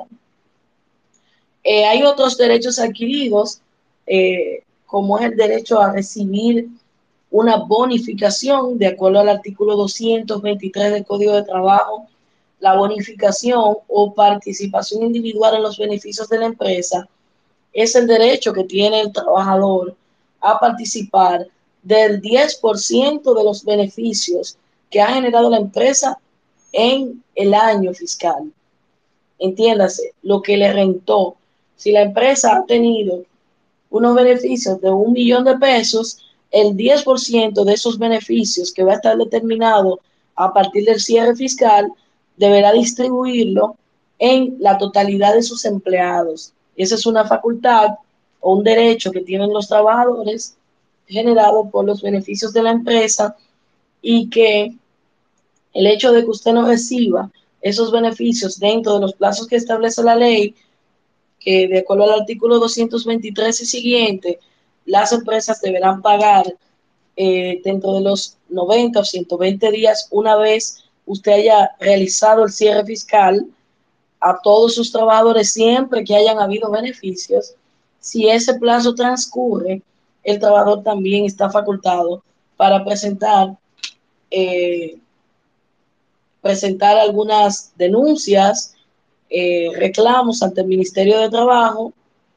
Eh, hay otros derechos adquiridos, eh, como es el derecho a recibir una bonificación, de acuerdo al artículo doscientos veintitrés del Código de Trabajo. La bonificación o participación individual en los beneficios de la empresa es el derecho que tiene el trabajador a participar del diez por ciento de los beneficios que ha generado la empresa en el año fiscal. Entiéndase, lo que le rentó. Si la empresa ha tenido unos beneficios de un millón de pesos, el diez por ciento de esos beneficios, que va a estar determinado a partir del cierre fiscal, deberá distribuirlo en la totalidad de sus empleados. Esa es una facultad o un derecho que tienen los trabajadores generado por los beneficios de la empresa, y que el hecho de que usted no reciba esos beneficios dentro de los plazos que establece la ley, que de acuerdo al artículo doscientos veintitrés y siguiente, las empresas deberán pagar eh, dentro de los noventa o ciento veinte días, una vez usted haya realizado el cierre fiscal, a todos sus trabajadores, siempre que hayan habido beneficios. Si ese plazo transcurre, el trabajador también está facultado para presentar eh, presentar algunas denuncias, eh, reclamos ante el Ministerio de Trabajo,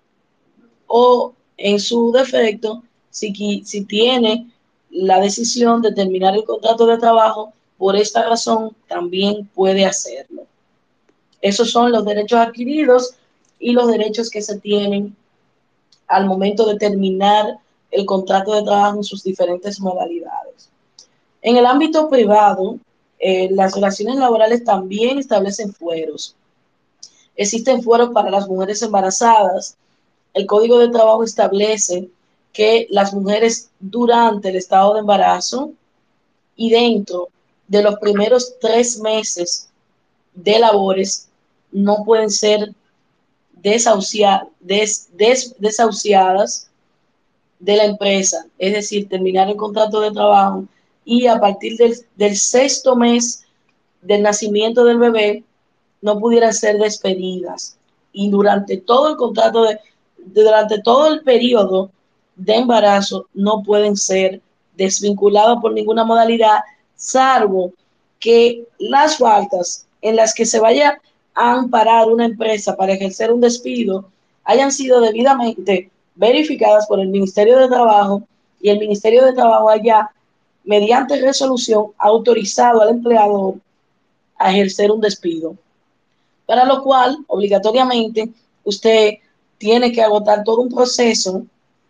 o en su defecto, si, si tiene la decisión de terminar el contrato de trabajo por esta razón, también puede hacerlo. Esos son los derechos adquiridos y los derechos que se tienen al momento de terminar el contrato de trabajo en sus diferentes modalidades. En el ámbito privado, eh, las relaciones laborales también establecen fueros. Existen fueros para las mujeres embarazadas. El Código de Trabajo establece que las mujeres durante el estado de embarazo y dentro de los primeros tres meses de labores no pueden ser desahuciadas, des, des, desahuciadas de la empresa, es decir, terminar el contrato de trabajo, y a partir del, del sexto mes del nacimiento del bebé no pudieran ser despedidas, y durante todo el contrato de, durante todo el periodo de embarazo no pueden ser desvinculadas por ninguna modalidad, salvo que las faltas en las que se vaya amparar una empresa para ejercer un despido hayan sido debidamente verificadas por el Ministerio de Trabajo y el Ministerio de Trabajo haya, mediante resolución, autorizado al empleador a ejercer un despido, para lo cual obligatoriamente usted tiene que agotar todo un proceso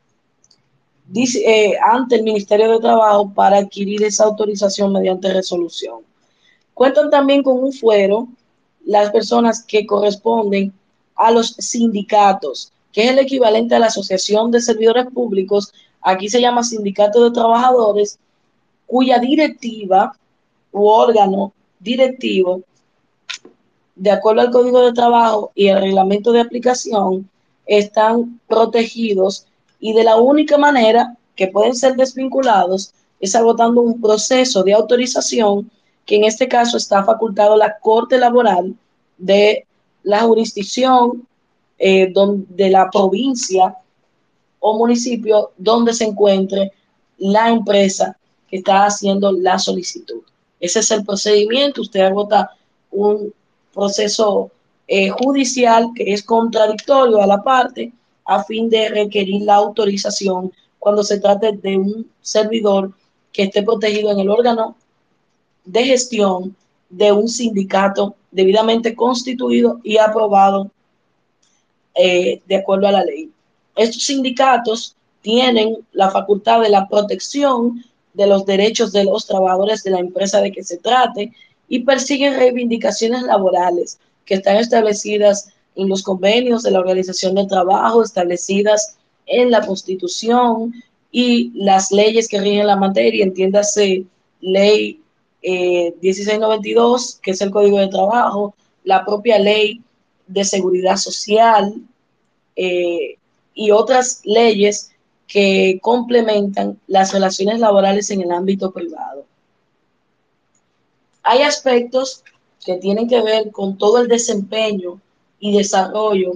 dice, eh, ante el Ministerio de Trabajo para adquirir esa autorización mediante resolución. Cuentan también con un fuero las personas que corresponden a los sindicatos, que es el equivalente a la Asociación de Servidores Públicos, aquí se llama Sindicato de Trabajadores, cuya directiva u órgano directivo, de acuerdo al Código de Trabajo y el reglamento de aplicación, están protegidos y de la única manera que pueden ser desvinculados es agotando un proceso de autorización que en este caso está facultado la Corte Laboral de la jurisdicción eh, donde, de la provincia o municipio donde se encuentre la empresa que está haciendo la solicitud. Ese es el procedimiento. Usted agota un proceso eh, judicial que es contradictorio a la parte a fin de requerir la autorización cuando se trate de un servidor que esté protegido en el órgano de gestión de un sindicato debidamente constituido y aprobado eh, de acuerdo a la ley. Estos sindicatos tienen la facultad de la protección de los derechos de los trabajadores de la empresa de que se trate y persiguen reivindicaciones laborales que están establecidas en los convenios de la Organización del Trabajo, establecidas en la Constitución y las leyes que rigen la materia, entiéndase ley eh, dieciséis noventa y dos, que es el Código de Trabajo, la propia ley de seguridad social eh, y otras leyes que complementan las relaciones laborales en el ámbito privado. Hay aspectos que tienen que ver con todo el desempeño y desarrollo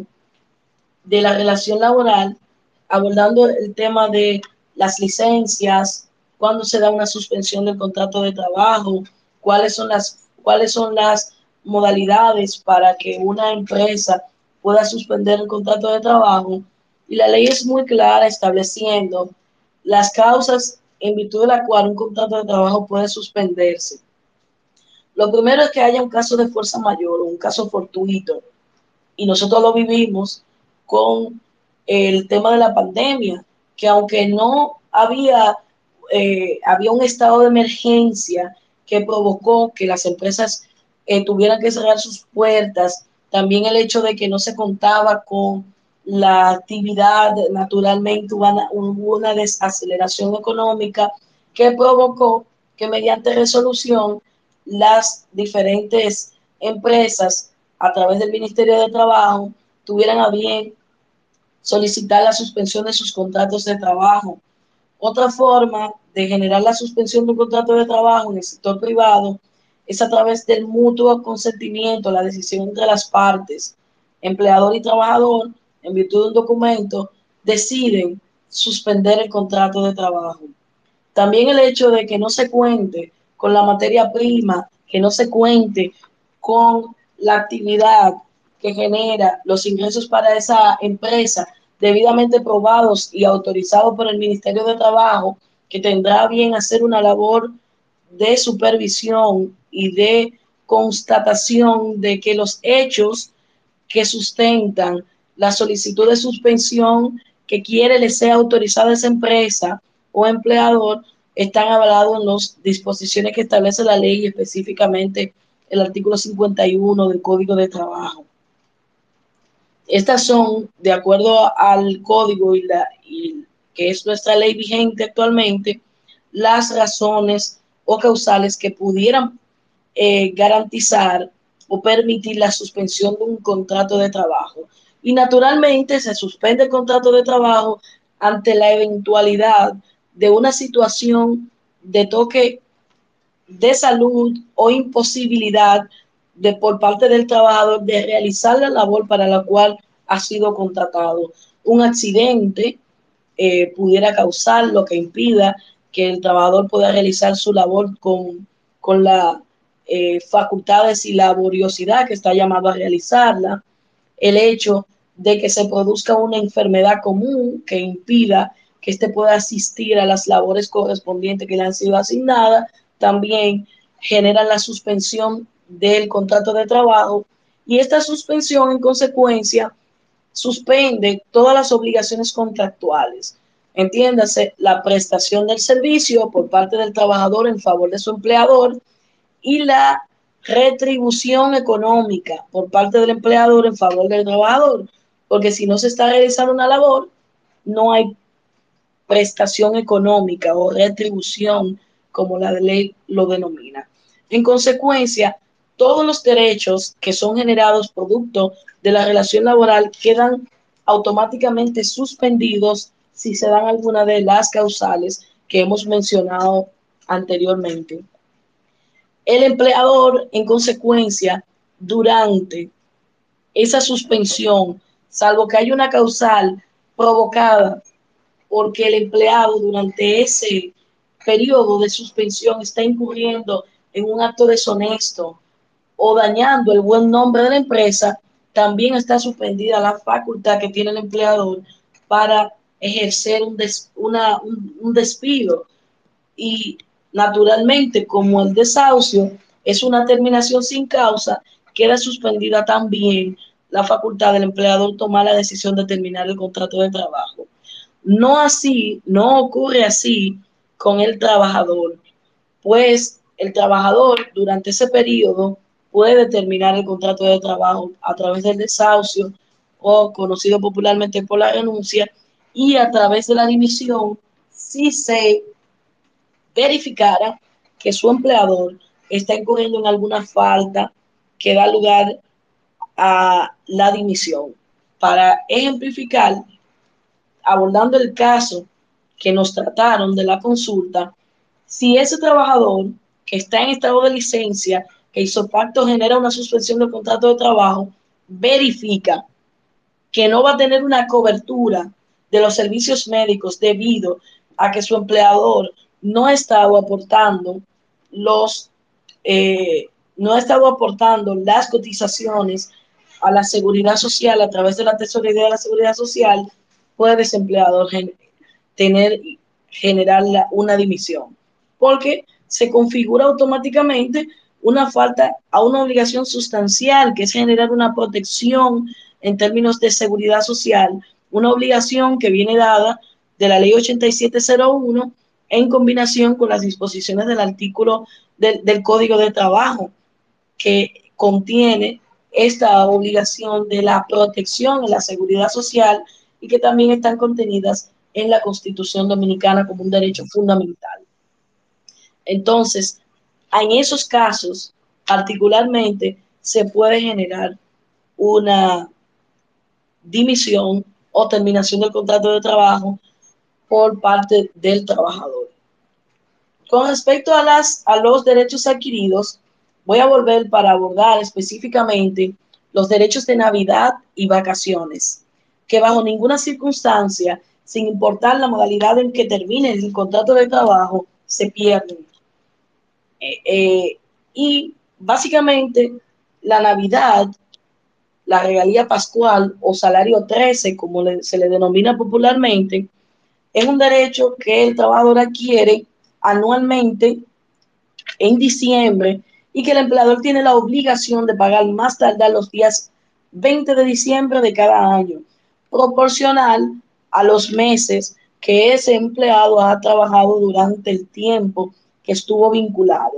de la relación laboral, abordando el tema de las licencias, cuándo se da una suspensión del contrato de trabajo, cuáles son las, cuáles son las modalidades para que una empresa pueda suspender el contrato de trabajo. Y la ley es muy clara estableciendo las causas en virtud de la cual un contrato de trabajo puede suspenderse. Lo primero es que haya un caso de fuerza mayor o un caso fortuito, y nosotros lo vivimos con el tema de la pandemia, que aunque no había, eh, había un estado de emergencia que provocó que las empresas eh, tuvieran que cerrar sus puertas, también el hecho de que no se contaba con la actividad, naturalmente hubo una, hubo una desaceleración económica que provocó que mediante resolución las diferentes empresas a través del Ministerio de Trabajo tuvieran a bien solicitar la suspensión de sus contratos de trabajo. Otra forma de generar la suspensión de un contrato de trabajo en el sector privado es a través del mutuo consentimiento, la decisión entre las partes, empleador y trabajador, en virtud de un documento, deciden suspender el contrato de trabajo. También el hecho de que no se cuente con la materia prima, que no se cuente con la actividad que genera los ingresos para esa empresa, debidamente probados y autorizados por el Ministerio de Trabajo, que tendrá bien hacer una labor de supervisión y de constatación de que los hechos que sustentan la solicitud de suspensión que quiere le sea autorizada esa empresa o empleador están avalados en las disposiciones que establece la ley, específicamente el artículo cincuenta y uno del Código de Trabajo. Estas son, de acuerdo al código y, la, y que es nuestra ley vigente actualmente, las razones o causales que pudieran eh, garantizar o permitir la suspensión de un contrato de trabajo. Y naturalmente se suspende el contrato de trabajo ante la eventualidad de una situación de toque de salud o imposibilidad de por parte del trabajador de realizar la labor para la cual ha sido contratado. Un accidente eh, pudiera causar lo que impida que el trabajador pueda realizar su labor con, con la eh, facultades y laboriosidad que está llamado a realizarla, el hecho de que se produzca una enfermedad común que impida que éste pueda asistir a las labores correspondientes que le han sido asignadas, también genera la suspensión del contrato de trabajo, y esta suspensión en consecuencia suspende todas las obligaciones contractuales. Entiéndase, la prestación del servicio por parte del trabajador en favor de su empleador y la retribución económica por parte del empleador en favor del trabajador, porque si no se está realizando una labor, no hay prestación económica o retribución, como la ley lo denomina. En consecuencia, todos los derechos que son generados producto de la relación laboral quedan automáticamente suspendidos si se dan alguna de las causales que hemos mencionado anteriormente. El empleador, en consecuencia, durante esa suspensión, salvo que haya una causal provocada porque el empleado durante ese periodo de suspensión está incurriendo en un acto deshonesto o dañando el buen nombre de la empresa, también está suspendida la facultad que tiene el empleador para ejercer un, des, una, un, un despido. Y naturalmente, como el desahucio es una terminación sin causa, queda suspendida también la facultad del empleador tomar la decisión de terminar el contrato de trabajo. No así, no ocurre así con el trabajador, pues el trabajador durante ese periodo puede terminar el contrato de trabajo a través del desahucio o conocido popularmente por la renuncia, y a través de la dimisión si se verificara que su empleador está incurriendo en alguna falta que da lugar a la dimisión. Para ejemplificar, abordando el caso que nos trataron de la consulta, si ese trabajador que está en estado de licencia, que hizo pacto, genera una suspensión del contrato de trabajo, verifica que no va a tener una cobertura de los servicios médicos debido a que su empleador no ha estado aportando los eh, no ha estado aportando las cotizaciones a la seguridad social a través de la tesorería de la seguridad social, puede ese empleador gen tener generar la, una dimisión, porque se configura automáticamente una falta a una obligación sustancial, que es generar una protección en términos de seguridad social, una obligación que viene dada de la ley ochenta y siete cero uno en combinación con las disposiciones del artículo del, del Código de Trabajo, que contiene esta obligación de la protección en la seguridad social y que también están contenidas en la Constitución Dominicana como un derecho fundamental. Entonces, en esos casos, particularmente, se puede generar una dimisión o terminación del contrato de trabajo por parte del trabajador. Con respecto a, las, a los derechos adquiridos, voy a volver para abordar específicamente los derechos de Navidad y vacaciones, que bajo ninguna circunstancia, sin importar la modalidad en que termine el contrato de trabajo, se pierden. Eh, eh, y básicamente la Navidad, la regalía pascual o salario trece, como le, se le denomina popularmente, es un derecho que el trabajador adquiere anualmente en diciembre y que el empleador tiene la obligación de pagar más tardar los días veinte de diciembre de cada año, proporcional a los meses que ese empleado ha trabajado durante el tiempo que estuvo vinculado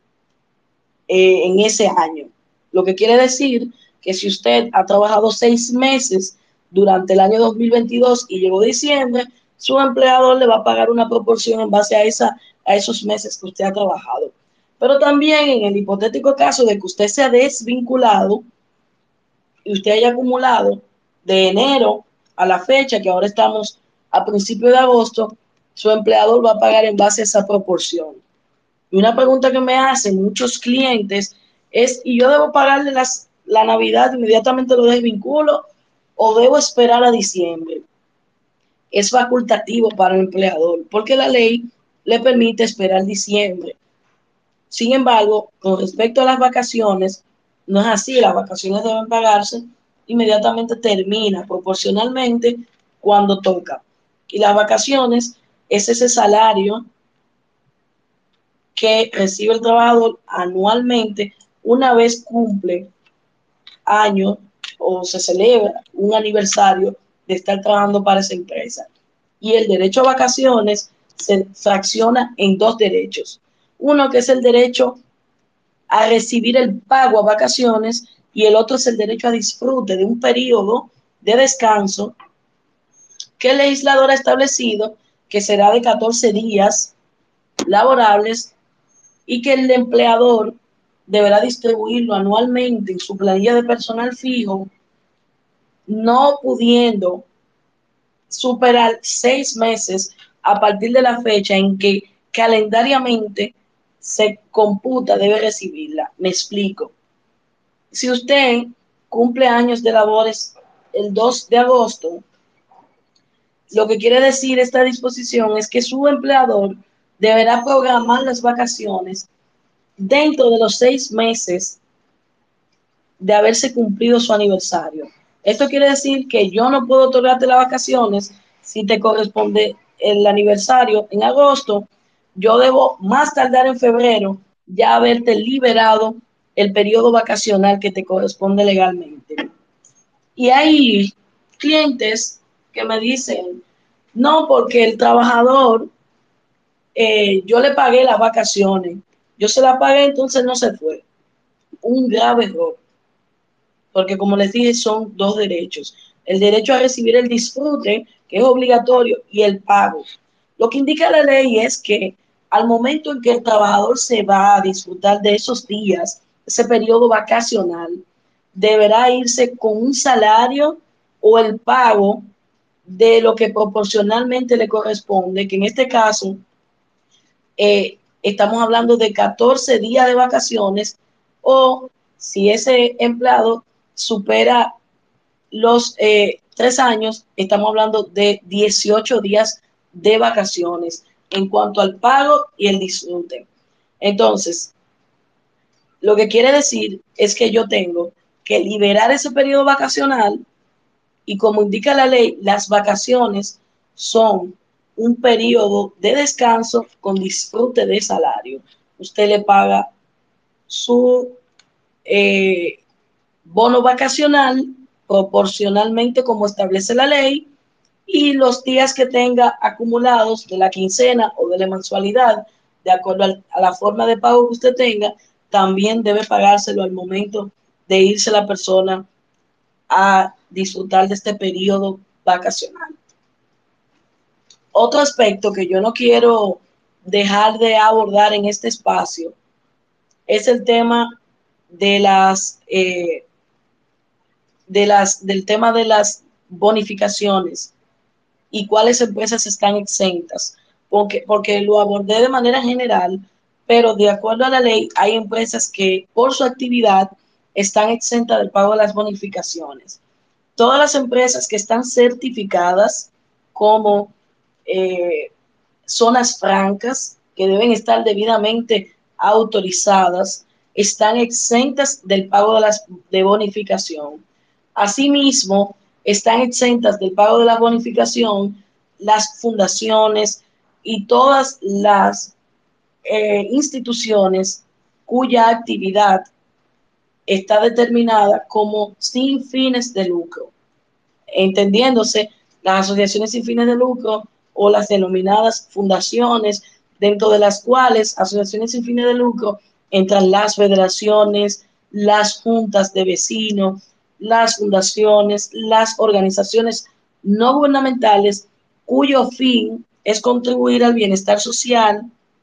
eh, en ese año. Lo que quiere decir que si usted ha trabajado seis meses durante el año dos mil veintidós y llegó diciembre, su empleador le va a pagar una proporción en base a, esa, a esos meses que usted ha trabajado. Pero también en el hipotético caso de que usted sea desvinculado y usted haya acumulado de enero a la fecha, que ahora estamos a principios de agosto, su empleador va a pagar en base a esa proporción. Y una pregunta que me hacen muchos clientes es, ¿y yo debo pagarle las, la Navidad inmediatamente lo desvinculo o debo esperar a diciembre? Es facultativo para el empleador porque la ley le permite esperar diciembre. Sin embargo, con respecto a las vacaciones, no es así, las vacaciones deben pagarse inmediatamente termina, proporcionalmente cuando toca. Y las vacaciones es ese salario que recibe el trabajador anualmente una vez cumple años o se celebra un aniversario de estar trabajando para esa empresa. Y el derecho a vacaciones se fracciona en dos derechos. Uno que es el derecho a recibir el pago a vacaciones y el otro es el derecho a disfrute de un periodo de descanso que el legislador ha establecido que será de catorce días laborables y que el empleador deberá distribuirlo anualmente en su planilla de personal fijo, no pudiendo superar seis meses a partir de la fecha en que calendariamente se computa, debe recibirla. Me explico. Si usted cumple años de labores el dos de agosto, lo que quiere decir esta disposición es que su empleador deberá programar las vacaciones dentro de los seis meses de haberse cumplido su aniversario. Esto quiere decir que yo no puedo otorgarte las vacaciones si te corresponde el aniversario en agosto. Yo debo más tardar en febrero ya haberte liberado el periodo vacacional que te corresponde legalmente. Y hay clientes que me dicen, no, porque el trabajador, eh, yo le pagué las vacaciones, yo se las pagué, entonces no se fue. Un grave error, porque como les dije, son dos derechos. El derecho a recibir el disfrute, que es obligatorio, y el pago. Lo que indica la ley es que al momento en que el trabajador se va a disfrutar de esos días, ese periodo vacacional, deberá irse con un salario o el pago de lo que proporcionalmente le corresponde, que en este caso eh, estamos hablando de catorce días de vacaciones, o si ese empleado supera los eh, tres años, estamos hablando de dieciocho días de vacaciones en cuanto al pago y el disfrute. Entonces, lo que quiere decir es que yo tengo que liberar ese periodo vacacional y como indica la ley, las vacaciones son un periodo de descanso con disfrute de salario. Usted le paga su eh, bono vacacional proporcionalmente como establece la ley y los días que tenga acumulados de la quincena o de la mensualidad, de acuerdo al, a la forma de pago que usted tenga, también debe pagárselo al momento de irse la persona a disfrutar de este periodo vacacional. Otro aspecto que yo no quiero dejar de abordar en este espacio es el tema de las, eh, de las, del tema de las bonificaciones y cuáles empresas están exentas, porque, porque lo abordé de manera general, pero de acuerdo a la ley hay empresas que por su actividad están exentas del pago de las bonificaciones. Todas las empresas que están certificadas como eh, zonas francas, que deben estar debidamente autorizadas, están exentas del pago de las de bonificación. Asimismo, están exentas del pago de la bonificación las fundaciones y todas las eh, instituciones cuya actividad está determinada como sin fines de lucro, entendiéndose las asociaciones sin fines de lucro o las denominadas fundaciones, dentro de las cuales asociaciones sin fines de lucro entran las federaciones, las juntas de vecinos, las fundaciones, las organizaciones no gubernamentales cuyo fin es contribuir al bienestar social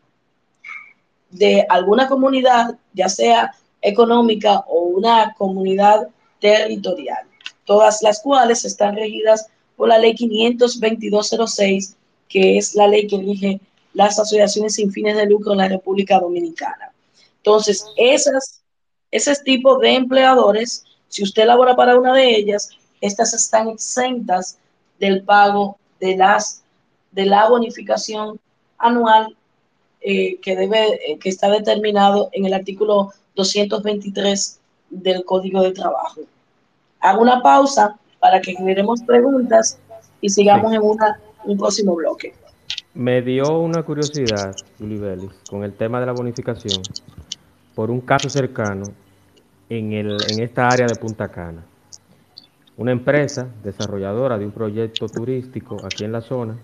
de alguna comunidad, ya sea económica o una comunidad territorial, todas las cuales están regidas por la ley quinientos veintidós cero seis, que es la ley que rige las asociaciones sin fines de lucro en la República Dominicana. Entonces, esas, ese tipo de empleadores, si usted labora para una de ellas, estas están exentas del pago de, las, de la bonificación anual eh, que, debe, eh, que está determinado en el artículo doscientos veintitrés del Código de Trabajo. Hago una pausa para que generemos preguntas y sigamos
Sí.
en una, un próximo bloque.
Me dio una curiosidad, Julie con el tema de la bonificación, por un caso cercano en, el, en esta área de Punta Cana. Una empresa desarrolladora de un proyecto turístico aquí en la zona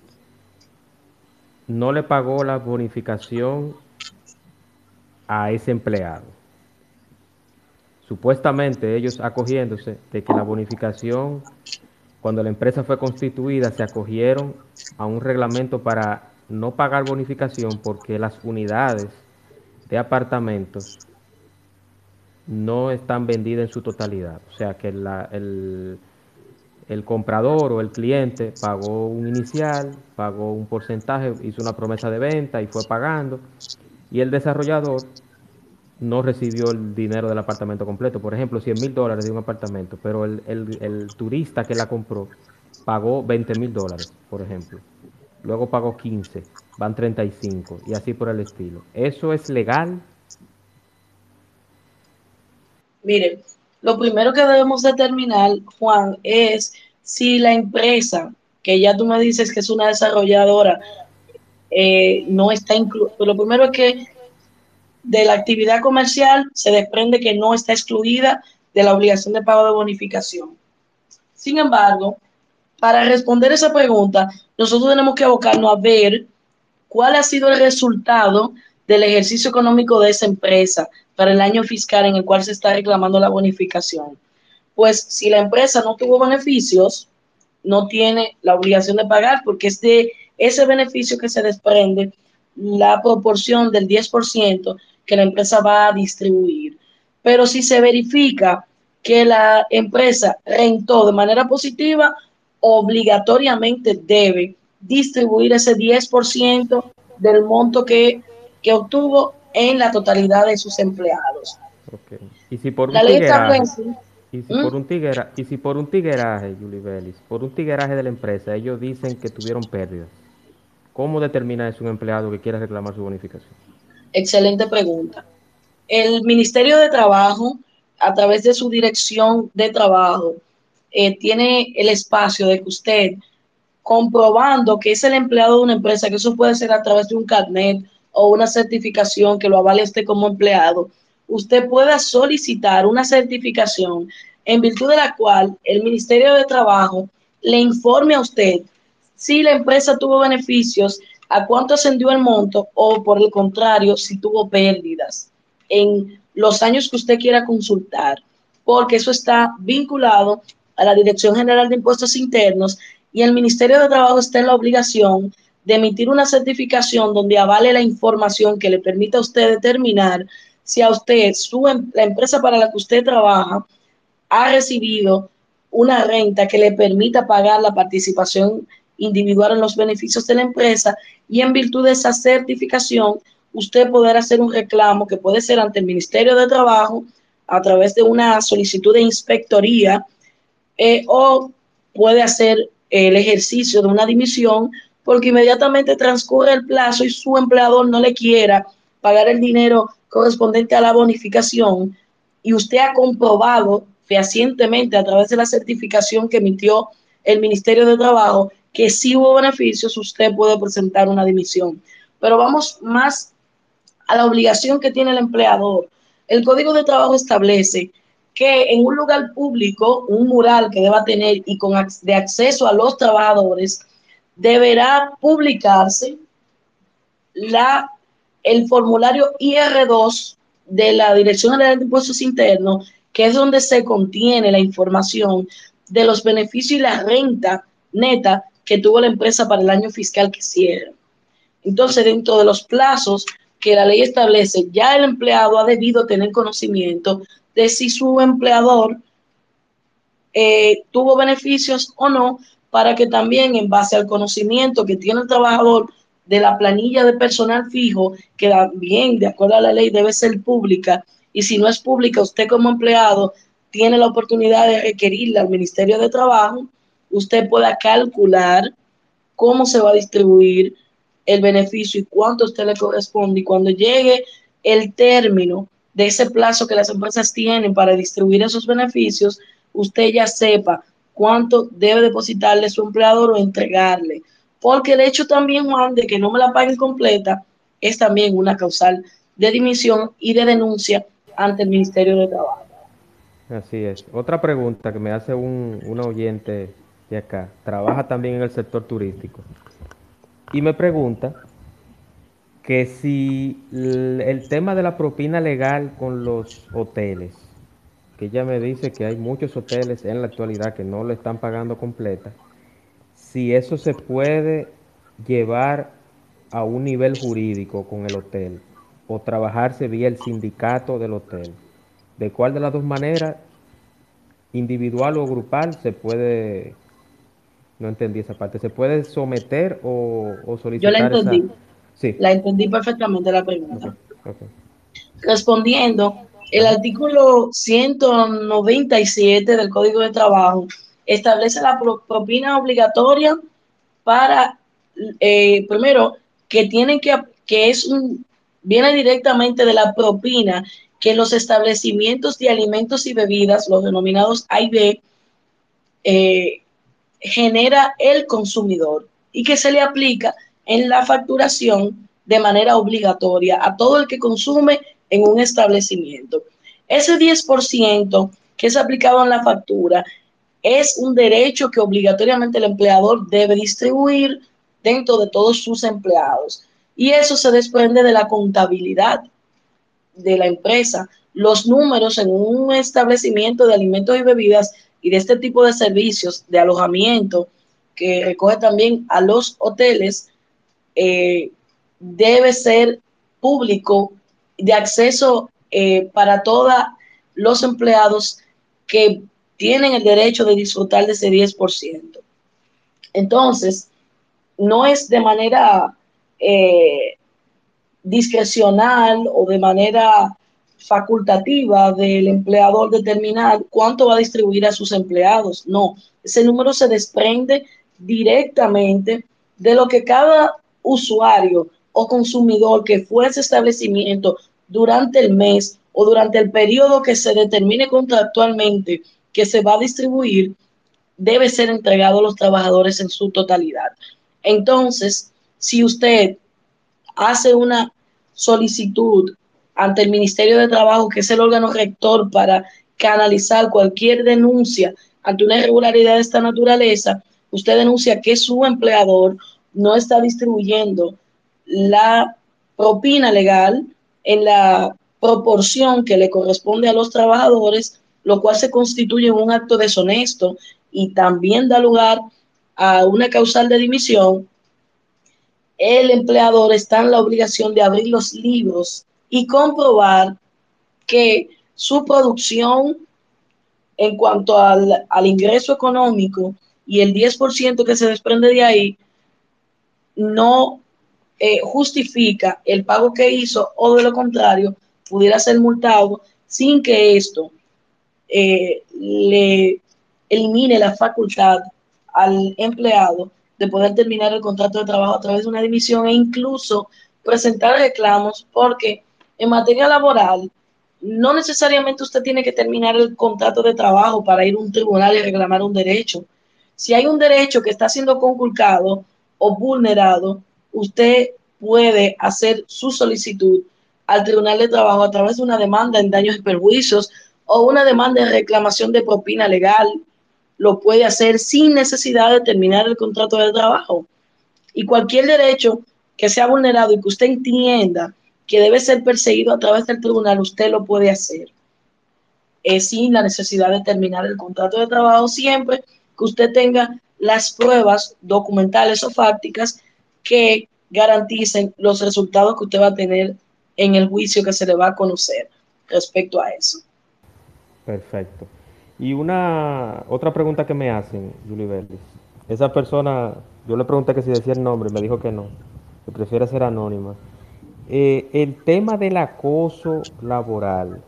no le pagó la bonificación a ese empleado. Supuestamente ellos acogiéndose de que la bonificación, cuando la empresa fue constituida, se acogieron a un reglamento para no pagar bonificación porque las unidades de apartamentos no están vendidas en su totalidad. O sea que la, el, el comprador o el cliente pagó un inicial, pagó un porcentaje, hizo una promesa de venta y fue pagando, y el desarrollador no recibió el dinero del apartamento completo. Por ejemplo, cien mil dólares de un apartamento, pero el, el, el turista que la compró pagó veinte mil dólares, por ejemplo. Luego pagó quince, van treinta y cinco, y así por el estilo. ¿Eso es legal?
Miren, lo primero que debemos determinar, Juan, es si la empresa, que ya tú me dices que es una desarrolladora, eh, no está incluida. Lo primero es que de la actividad comercial se desprende que no está excluida de la obligación de pago de bonificación. Sin embargo, para responder esa pregunta, nosotros tenemos que abocarnos a ver cuál ha sido el resultado del ejercicio económico de esa empresa para el año fiscal en el cual se está reclamando la bonificación. Pues si la empresa no tuvo beneficios, no tiene la obligación de pagar porque es de ese beneficio que se desprende la proporción del diez por ciento que la empresa va a distribuir. Pero si se verifica que la empresa rentó de manera positiva, obligatoriamente debe distribuir ese diez por ciento del monto que, que obtuvo en la totalidad de sus empleados.
Okay. Y si por
La
un
ley
tigueraje,
establece...
y si
¿Mm?
por un tiguera, y si por un tigueraje, Julie Bellis, por un tigueraje de la empresa, ellos dicen que tuvieron pérdidas, ¿cómo determina eso un empleado que quiera reclamar su bonificación?
Excelente pregunta. El Ministerio de Trabajo, a través de su dirección de trabajo, eh, tiene el espacio de que usted, comprobando que es el empleado de una empresa, que eso puede ser a través de un carnet o una certificación que lo avale usted como empleado, usted pueda solicitar una certificación en virtud de la cual el Ministerio de Trabajo le informe a usted si la empresa tuvo beneficios, a cuánto ascendió el monto o por el contrario, si tuvo pérdidas en los años que usted quiera consultar, porque eso está vinculado a la Dirección General de Impuestos Internos y el Ministerio de Trabajo está en la obligación de emitir una certificación donde avale la información que le permita a usted determinar si a usted, su, la empresa para la que usted trabaja, ha recibido una renta que le permita pagar la participación individual en los beneficios de la empresa y en virtud de esa certificación usted poder hacer un reclamo que puede ser ante el Ministerio de Trabajo a través de una solicitud de inspectoría eh, o puede hacer el ejercicio de una dimisión porque inmediatamente transcurre el plazo y su empleador no le quiera pagar el dinero correspondiente a la bonificación y usted ha comprobado fehacientemente a través de la certificación que emitió el Ministerio de Trabajo que sí hubo beneficios, usted puede presentar una dimisión. Pero vamos más a la obligación que tiene el empleador. El Código de Trabajo establece que en un lugar público, un mural que deba tener y con de acceso a los trabajadores, deberá publicarse la, el formulario I R dos de la Dirección General de Impuestos Internos, que es donde se contiene la información de los beneficios y la renta neta que tuvo la empresa para el año fiscal que cierra. Entonces, dentro de los plazos que la ley establece, ya el empleado ha debido tener conocimiento de si su empleador eh, tuvo beneficios o no, para que también en base al conocimiento que tiene el trabajador de la planilla de personal fijo, que también de acuerdo a la ley debe ser pública, y si no es pública, usted como empleado tiene la oportunidad de requerirle al Ministerio de Trabajo, usted pueda calcular cómo se va a distribuir el beneficio y cuánto a usted le corresponde. Y cuando llegue el término de ese plazo que las empresas tienen para distribuir esos beneficios, usted ya sepa cuánto debe depositarle su empleador o entregarle. Porque el hecho también, Juan, de que no me la paguen completa es también una causal de dimisión y de denuncia ante el Ministerio de Trabajo.
Así es. Otra pregunta que me hace un, una oyente de acá. Trabaja también en el sector turístico. Y me pregunta que si l- el tema de la propina legal con los hoteles, que ella me dice que hay muchos hoteles en la actualidad que no le están pagando completa, si eso se puede llevar a un nivel jurídico con el hotel o trabajarse vía el sindicato del hotel. ¿De cuál de las dos maneras, individual o grupal, se puede, no entendí esa parte, se puede someter o, o
Yo la
solicitar esa?
entendí,
Sí,
la entendí perfectamente la
ok,
pregunta.
ok.
Respondiendo, el
Ajá.
artículo ciento noventa y siete del Código de Trabajo establece la pro- propina obligatoria para, eh, primero, que tienen que, que es un, viene directamente de la propina que los establecimientos de alimentos y bebidas, los denominados A y B, eh, genera el consumidor y que se le aplica en la facturación de manera obligatoria a todo el que consume en un establecimiento. Ese diez por ciento que es aplicado en la factura es un derecho que obligatoriamente el empleador debe distribuir dentro de todos sus empleados. Y eso se desprende de la contabilidad de la empresa. Los números en un establecimiento de alimentos y bebidas y de este tipo de servicios de alojamiento que recoge también a los hoteles eh, debe ser público, de acceso eh, para todos los empleados que tienen el derecho de disfrutar de ese diez por ciento. Entonces, no es de manera eh, discrecional o de manera facultativa del empleador determinar cuánto va a distribuir a sus empleados. No, ese número se desprende directamente de lo que cada usuario o consumidor que fue a ese establecimiento durante el mes o durante el periodo que se determine contractualmente que se va a distribuir, debe ser entregado a los trabajadores en su totalidad. Entonces, si usted hace una solicitud ante el Ministerio de Trabajo, que es el órgano rector para canalizar cualquier denuncia ante una irregularidad de esta naturaleza, usted denuncia que su empleador no está distribuyendo la propina legal en la proporción que le corresponde a los trabajadores, lo cual se constituye en un acto deshonesto y también da lugar a una causal de dimisión. El empleador está en la obligación de abrir los libros y comprobar que su producción en cuanto al, al ingreso económico y el diez por ciento que se desprende de ahí no eh, justifica el pago que hizo o de lo contrario pudiera ser multado sin que esto eh, le elimine la facultad al empleado de poder terminar el contrato de trabajo a través de una dimisión e incluso presentar reclamos, porque en materia laboral no necesariamente usted tiene que terminar el contrato de trabajo para ir a un tribunal y reclamar un derecho. Si hay un derecho que está siendo conculcado o vulnerado, usted puede hacer su solicitud al Tribunal de Trabajo a través de una demanda en daños y perjuicios o una demanda de reclamación de propina legal. Lo puede hacer sin necesidad de terminar el contrato de trabajo. Y cualquier derecho que sea vulnerado y que usted entienda que debe ser perseguido a través del tribunal, usted lo puede hacer eh, sin la necesidad de terminar el contrato de trabajo, siempre que usted tenga las pruebas documentales o fácticas que garanticen los resultados que usted va a tener en el juicio que se le va a conocer respecto a eso.
Perfecto. Y una otra pregunta que me hacen, Julie Bellis. Esa persona, yo le pregunté que si decía el nombre, me dijo que no, que prefiere ser anónima. Eh, el tema del acoso laboral,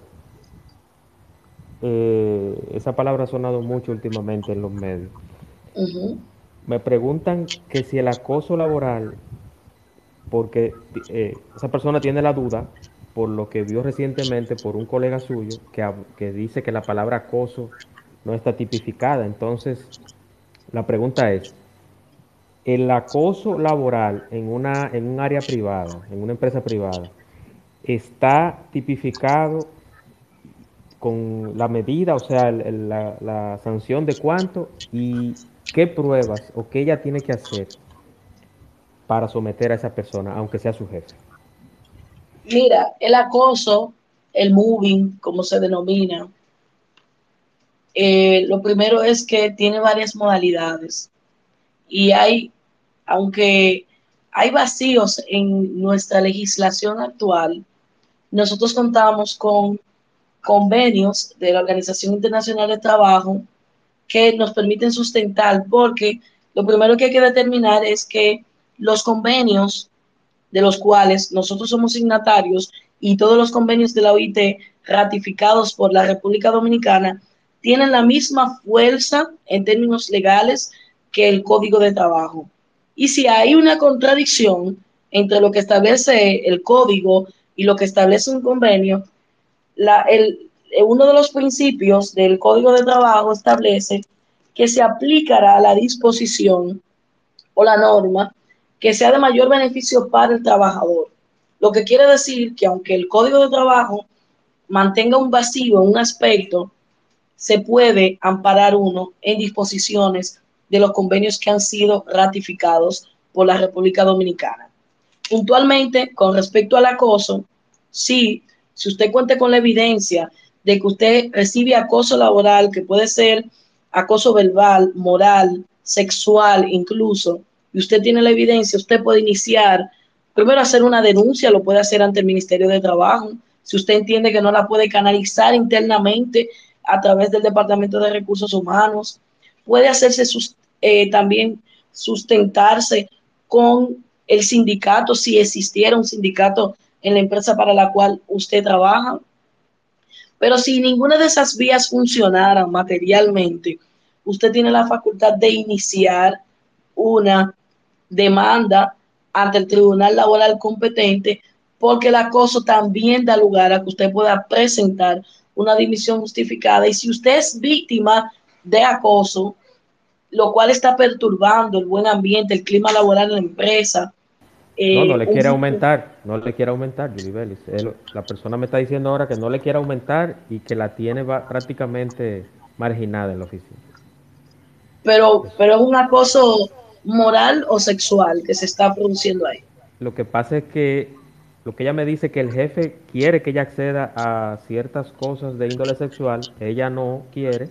eh, esa palabra ha sonado mucho últimamente en los medios.
Uh -huh.
Me preguntan que si el acoso laboral porque eh, esa persona tiene la duda por lo que vio recientemente por un colega suyo que, que dice que la palabra acoso no está tipificada. Entonces, la pregunta es, ¿el acoso laboral en una, en un área privada, en una empresa privada, está tipificado con la medida, o sea, el, el, la, la sanción de cuánto y qué pruebas o qué ella tiene que hacer para someter a esa persona, aunque sea su jefe?
Mira, el acoso, el moving, como se denomina, eh, lo primero es que tiene varias modalidades y hay, aunque hay vacíos en nuestra legislación actual, nosotros contamos con convenios de la Organización Internacional de Trabajo que nos permiten sustentar, porque lo primero que hay que determinar es que los convenios de los cuales nosotros somos signatarios y todos los convenios de la O I T ratificados por la República Dominicana tienen la misma fuerza en términos legales que el Código de Trabajo. Y si hay una contradicción entre lo que establece el Código y lo que establece un convenio, la, el, uno de los principios del Código de Trabajo establece que se aplicará la disposición o la norma que sea de mayor beneficio para el trabajador. Lo que quiere decir que aunque el Código de Trabajo mantenga un vacío en un aspecto, se puede amparar uno en disposiciones de los convenios que han sido ratificados por la República Dominicana. Puntualmente, con respecto al acoso, sí, si usted cuenta con la evidencia de que usted recibe acoso laboral, que puede ser acoso verbal, moral, sexual incluso, y usted tiene la evidencia, usted puede iniciar, primero hacer una denuncia, lo puede hacer ante el Ministerio de Trabajo, si usted entiende que no la puede canalizar internamente a través del Departamento de Recursos Humanos, puede hacerse sus, eh, también sustentarse con el sindicato, si existiera un sindicato en la empresa para la cual usted trabaja. Pero si ninguna de esas vías funcionaran materialmente, usted tiene la facultad de iniciar una demanda ante el Tribunal Laboral competente, porque el acoso también da lugar a que usted pueda presentar una dimisión justificada. Y si usted es víctima de acoso, lo cual está perturbando el buen ambiente, el clima laboral en la empresa.
No, no
Eh,
le quiere
un,
aumentar, no le quiere aumentar, Julie Bellis. Él- la persona me está diciendo ahora que no le quiere aumentar y que la tiene va- prácticamente marginada en la oficina.
pero,
Eso.
pero es un acoso moral o sexual que se está produciendo ahí.
Lo que pasa es que lo que ella me dice que el jefe quiere que ella acceda a ciertas cosas de índole sexual, ella no quiere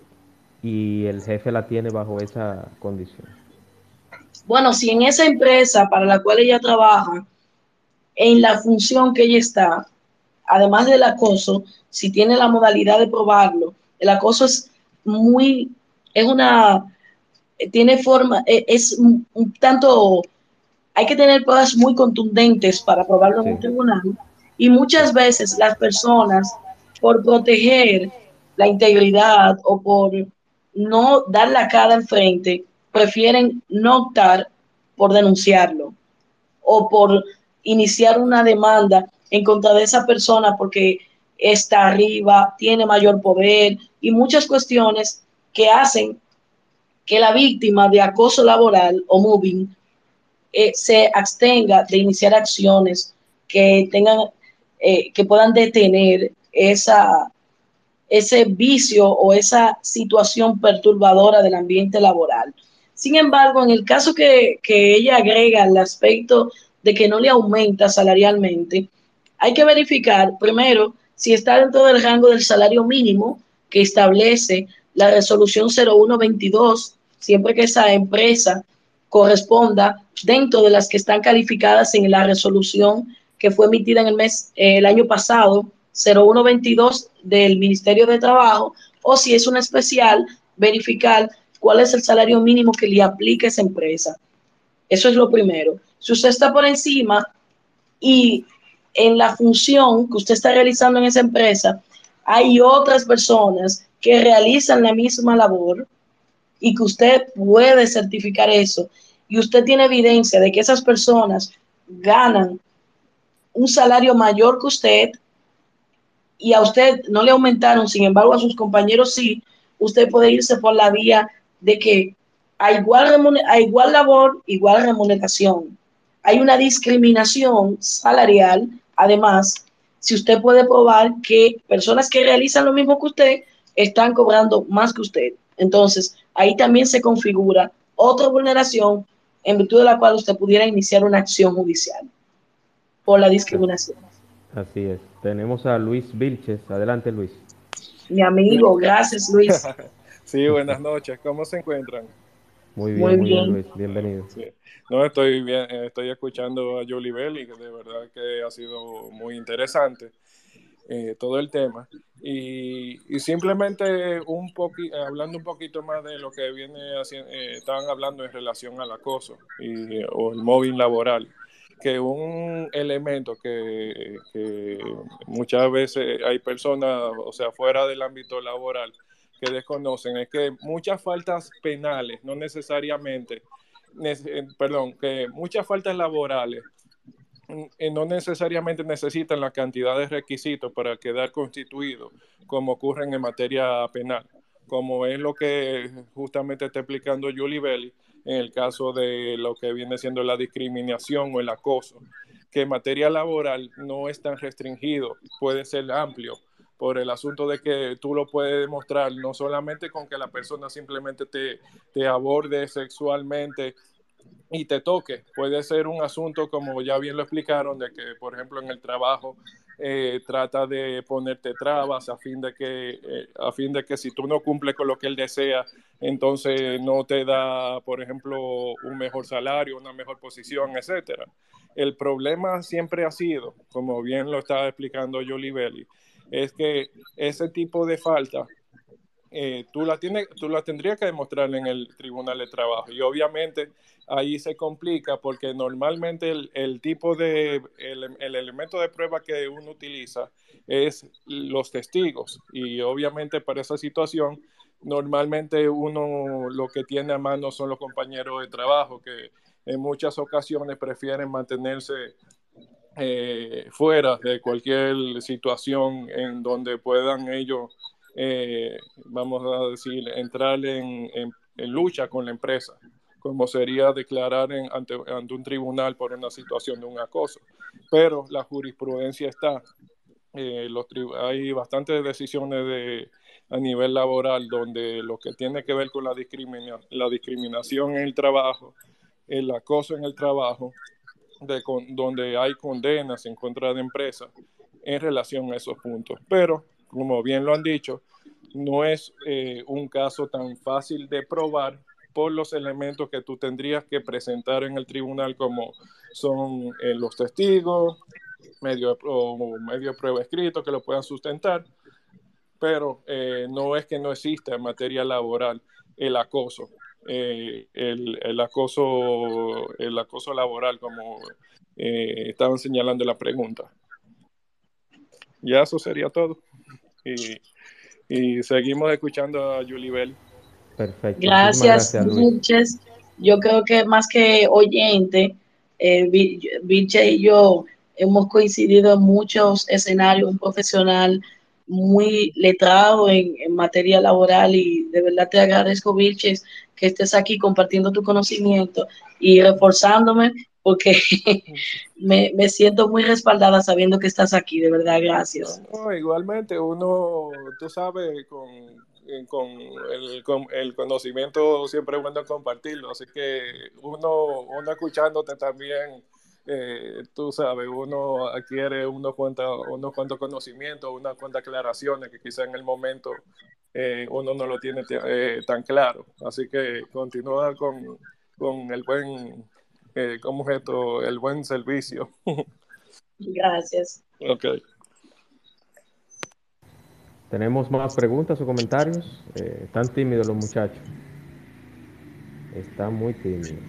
y el jefe la tiene bajo esa condición.
Bueno, si en esa empresa para la cual ella trabaja, en la función que ella está, además del acoso, si tiene la modalidad de probarlo, el acoso es muy, es una, tiene forma, es un, un tanto, hay que tener pruebas muy contundentes para probarlo en un
Sí,
tribunal y
sí.
muchas veces las personas, por proteger la integridad o por no dar la cara al frente, prefieren no optar por denunciarlo o por iniciar una demanda en contra de esa persona porque está arriba, tiene mayor poder y muchas cuestiones que hacen que la víctima de acoso laboral o moving eh, se abstenga de iniciar acciones que tengan, eh, que puedan detener esa, ese vicio o esa situación perturbadora del ambiente laboral. Sin embargo, en el caso que, que ella agrega el aspecto de que no le aumenta salarialmente, hay que verificar primero si está dentro del rango del salario mínimo que establece la resolución cero uno veintidós, siempre que esa empresa corresponda dentro de las que están calificadas en la resolución que fue emitida en el mes, eh, el año pasado, cero uno veintidós del Ministerio de Trabajo, o si es una especial, verificar cuál es el salario mínimo que le aplica a esa empresa. Eso es lo primero. Si usted está por encima y en la función que usted está realizando en esa empresa, hay otras personas que realizan la misma labor y que usted puede certificar eso, y usted tiene evidencia de que esas personas ganan un salario mayor que usted y a usted no le aumentaron, sin embargo a sus compañeros sí, usted puede irse por la vía de que a igual, a igual labor, igual remuneración. Hay una discriminación salarial, además, si usted puede probar que personas que realizan lo mismo que usted están cobrando más que usted. Entonces, ahí también se configura otra vulneración en virtud de la cual usted pudiera iniciar una acción judicial por la discriminación.
Así es. Tenemos a Luis Vilches. Adelante, Luis.
Mi amigo, gracias, Luis.
Sí, buenas noches. ¿Cómo se encuentran?
Muy bien,
muy
muy bien,
bien,
Luis. Bienvenido.
Sí. No, estoy bien, estoy escuchando a Julie Bell y que de verdad que ha sido muy interesante eh, todo el tema. Y, y simplemente un poqui, hablando un poquito más de lo que viene haciendo, eh, estaban hablando en relación al acoso y, o el mobbing laboral, que un elemento que, que muchas veces hay personas, o sea, fuera del ámbito laboral, que desconocen, es que muchas faltas penales, no necesariamente, ne- perdón, que muchas faltas laborales eh, no necesariamente necesitan la cantidad de requisitos para quedar constituido, como ocurren en materia penal, como es lo que justamente está explicando Julie Belli en el caso de lo que viene siendo la discriminación o el acoso, que en materia laboral no es tan restringido, puede ser amplio por el asunto de que tú lo puedes demostrar no solamente con que la persona simplemente te, te aborde sexualmente y te toque. Puede ser un asunto, como ya bien lo explicaron, de que, por ejemplo, en el trabajo eh, trata de ponerte trabas a fin de que, eh, a fin de que si tú no cumples con lo que él desea, entonces no te da, por ejemplo, un mejor salario, una mejor posición, etcétera. El problema siempre ha sido, como bien lo estaba explicando Jolie Belli, es que ese tipo de falta eh, tú la tienes, tú la tendrías que demostrar en el tribunal de trabajo y obviamente ahí se complica porque normalmente el, el tipo de el, el elemento de prueba que uno utiliza es los testigos y obviamente para esa situación normalmente uno lo que tiene a mano son los compañeros de trabajo que en muchas ocasiones prefieren mantenerse eh, fuera de cualquier situación en donde puedan ellos, eh, vamos a decir, entrar en, en, en, lucha con la empresa, como sería declarar en, ante, ante un tribunal por una situación de un acoso. Pero la jurisprudencia está, eh, los hay bastantes decisiones de, a nivel laboral donde lo que tiene que ver con la, discrimina la discriminación en el trabajo, el acoso en el trabajo, de con, donde hay condenas en contra de empresas en relación a esos puntos. Pero, como bien lo han dicho, no es eh, un caso tan fácil de probar por los elementos que tú tendrías que presentar en el tribunal, como son eh, los testigos, medio, o medio de prueba escrito que lo puedan sustentar, pero eh, no es que no exista en materia laboral el acoso. Eh, el, el acoso el acoso laboral como eh, estaban señalando en la pregunta. Ya eso sería todo y, y seguimos escuchando a Julie Bell.
Perfecto.
Gracias,
gracias,
Vilches. Yo creo que más que oyente, eh, Vilches y yo hemos coincidido en muchos escenarios, un profesional muy letrado en, en materia laboral y de verdad te agradezco, Vilches, que estés aquí compartiendo tu conocimiento y reforzándome porque me, me siento muy respaldada sabiendo que estás aquí, de verdad, gracias.
No, no, igualmente uno, tú sabes, con, con, el, con el conocimiento siempre es bueno compartirlo, así que uno, uno escuchándote también, eh, tú sabes, uno adquiere unos cuantos unos cuantos conocimientos, unas cuantas aclaraciones que quizá en el momento eh, uno no lo tiene eh, tan claro, así que continúa con, con el buen, eh, ¿cómo es esto? El buen servicio.
Gracias.
Okay.
¿Tenemos más preguntas o comentarios? Eh, están tímidos los muchachos. Están muy tímidos.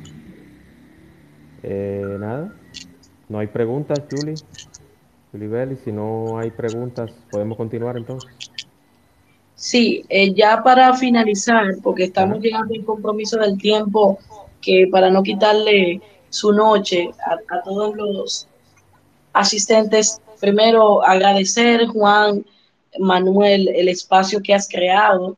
Eh, nada. No hay preguntas, Julie. Julie Belli, si no hay preguntas, podemos continuar entonces.
Sí, eh, ya para finalizar, porque estamos
Ajá.
llegando al compromiso del tiempo, que para no quitarle su noche a, a todos los asistentes. Primero, agradecer, Juan Manuel, el espacio que has creado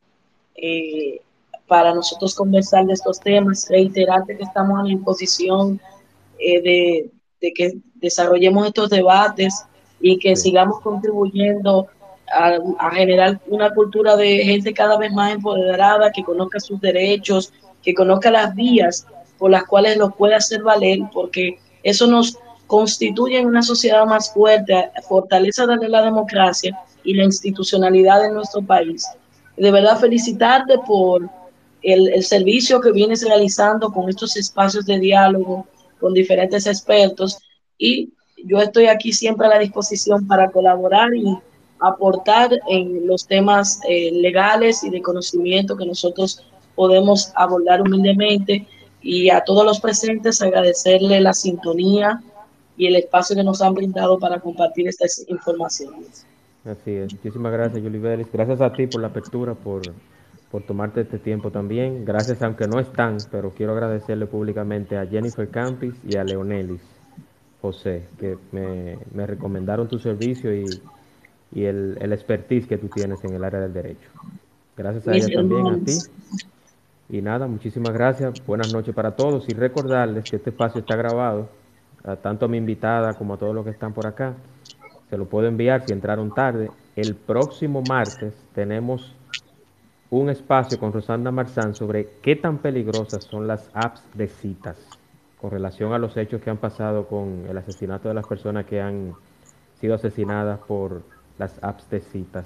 eh, para nosotros conversar de estos temas, reiterarte que estamos a la disposición eh, de, de que desarrollemos estos debates y que
Sí.
sigamos contribuyendo a, a generar una cultura de gente cada vez más empoderada, que conozca sus derechos, que conozca las vías por las cuales los puede hacer valer, porque eso nos constituye en una sociedad más fuerte, fortaleza de la democracia y la institucionalidad de nuestro país. De verdad, felicitarte por el, el servicio que vienes realizando con estos espacios de diálogo con diferentes expertos, y yo estoy aquí siempre a la disposición para colaborar y aportar en los temas eh, legales y de conocimiento que nosotros podemos abordar humildemente, y a todos los presentes agradecerle la sintonía y el espacio que nos han brindado para compartir estas informaciones.
Así es. Muchísimas gracias, Julie Vélez. Gracias a ti por la apertura, por, por tomarte este tiempo también. Gracias, aunque no están, pero quiero agradecerle públicamente a Jennifer Campis y a Leonelis José, que me, me recomendaron tu servicio y, y el, el expertise que tú tienes en el área del derecho. Gracias a
Mis
ella también, a ti.
hermanos.
Y nada, muchísimas gracias. Buenas noches para todos y recordarles que este espacio está grabado, a tanto a mi invitada como a todos los que están por acá. Se lo puedo enviar si entraron tarde. El próximo martes tenemos un espacio con Rosanda Marzán sobre qué tan peligrosas son las apps de citas con relación a los hechos que han pasado con el asesinato de las personas que han sido asesinadas por las apps de citas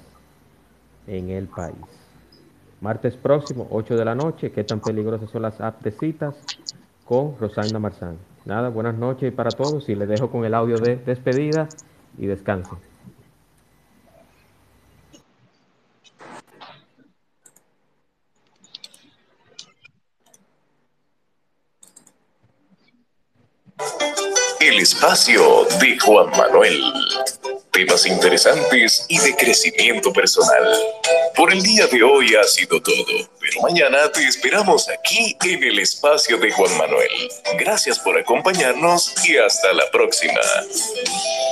en el país. Martes próximo, ocho de la noche, qué tan peligrosas son las apps de citas con Rosanda Marzán. Nada, buenas noches para todos y les dejo con el audio de despedida y descansen.
El espacio de Juan Manuel. Temas interesantes y de crecimiento personal. Por el día de hoy ha sido todo, pero mañana te esperamos aquí en el espacio de Juan Manuel. Gracias por acompañarnos y hasta la próxima.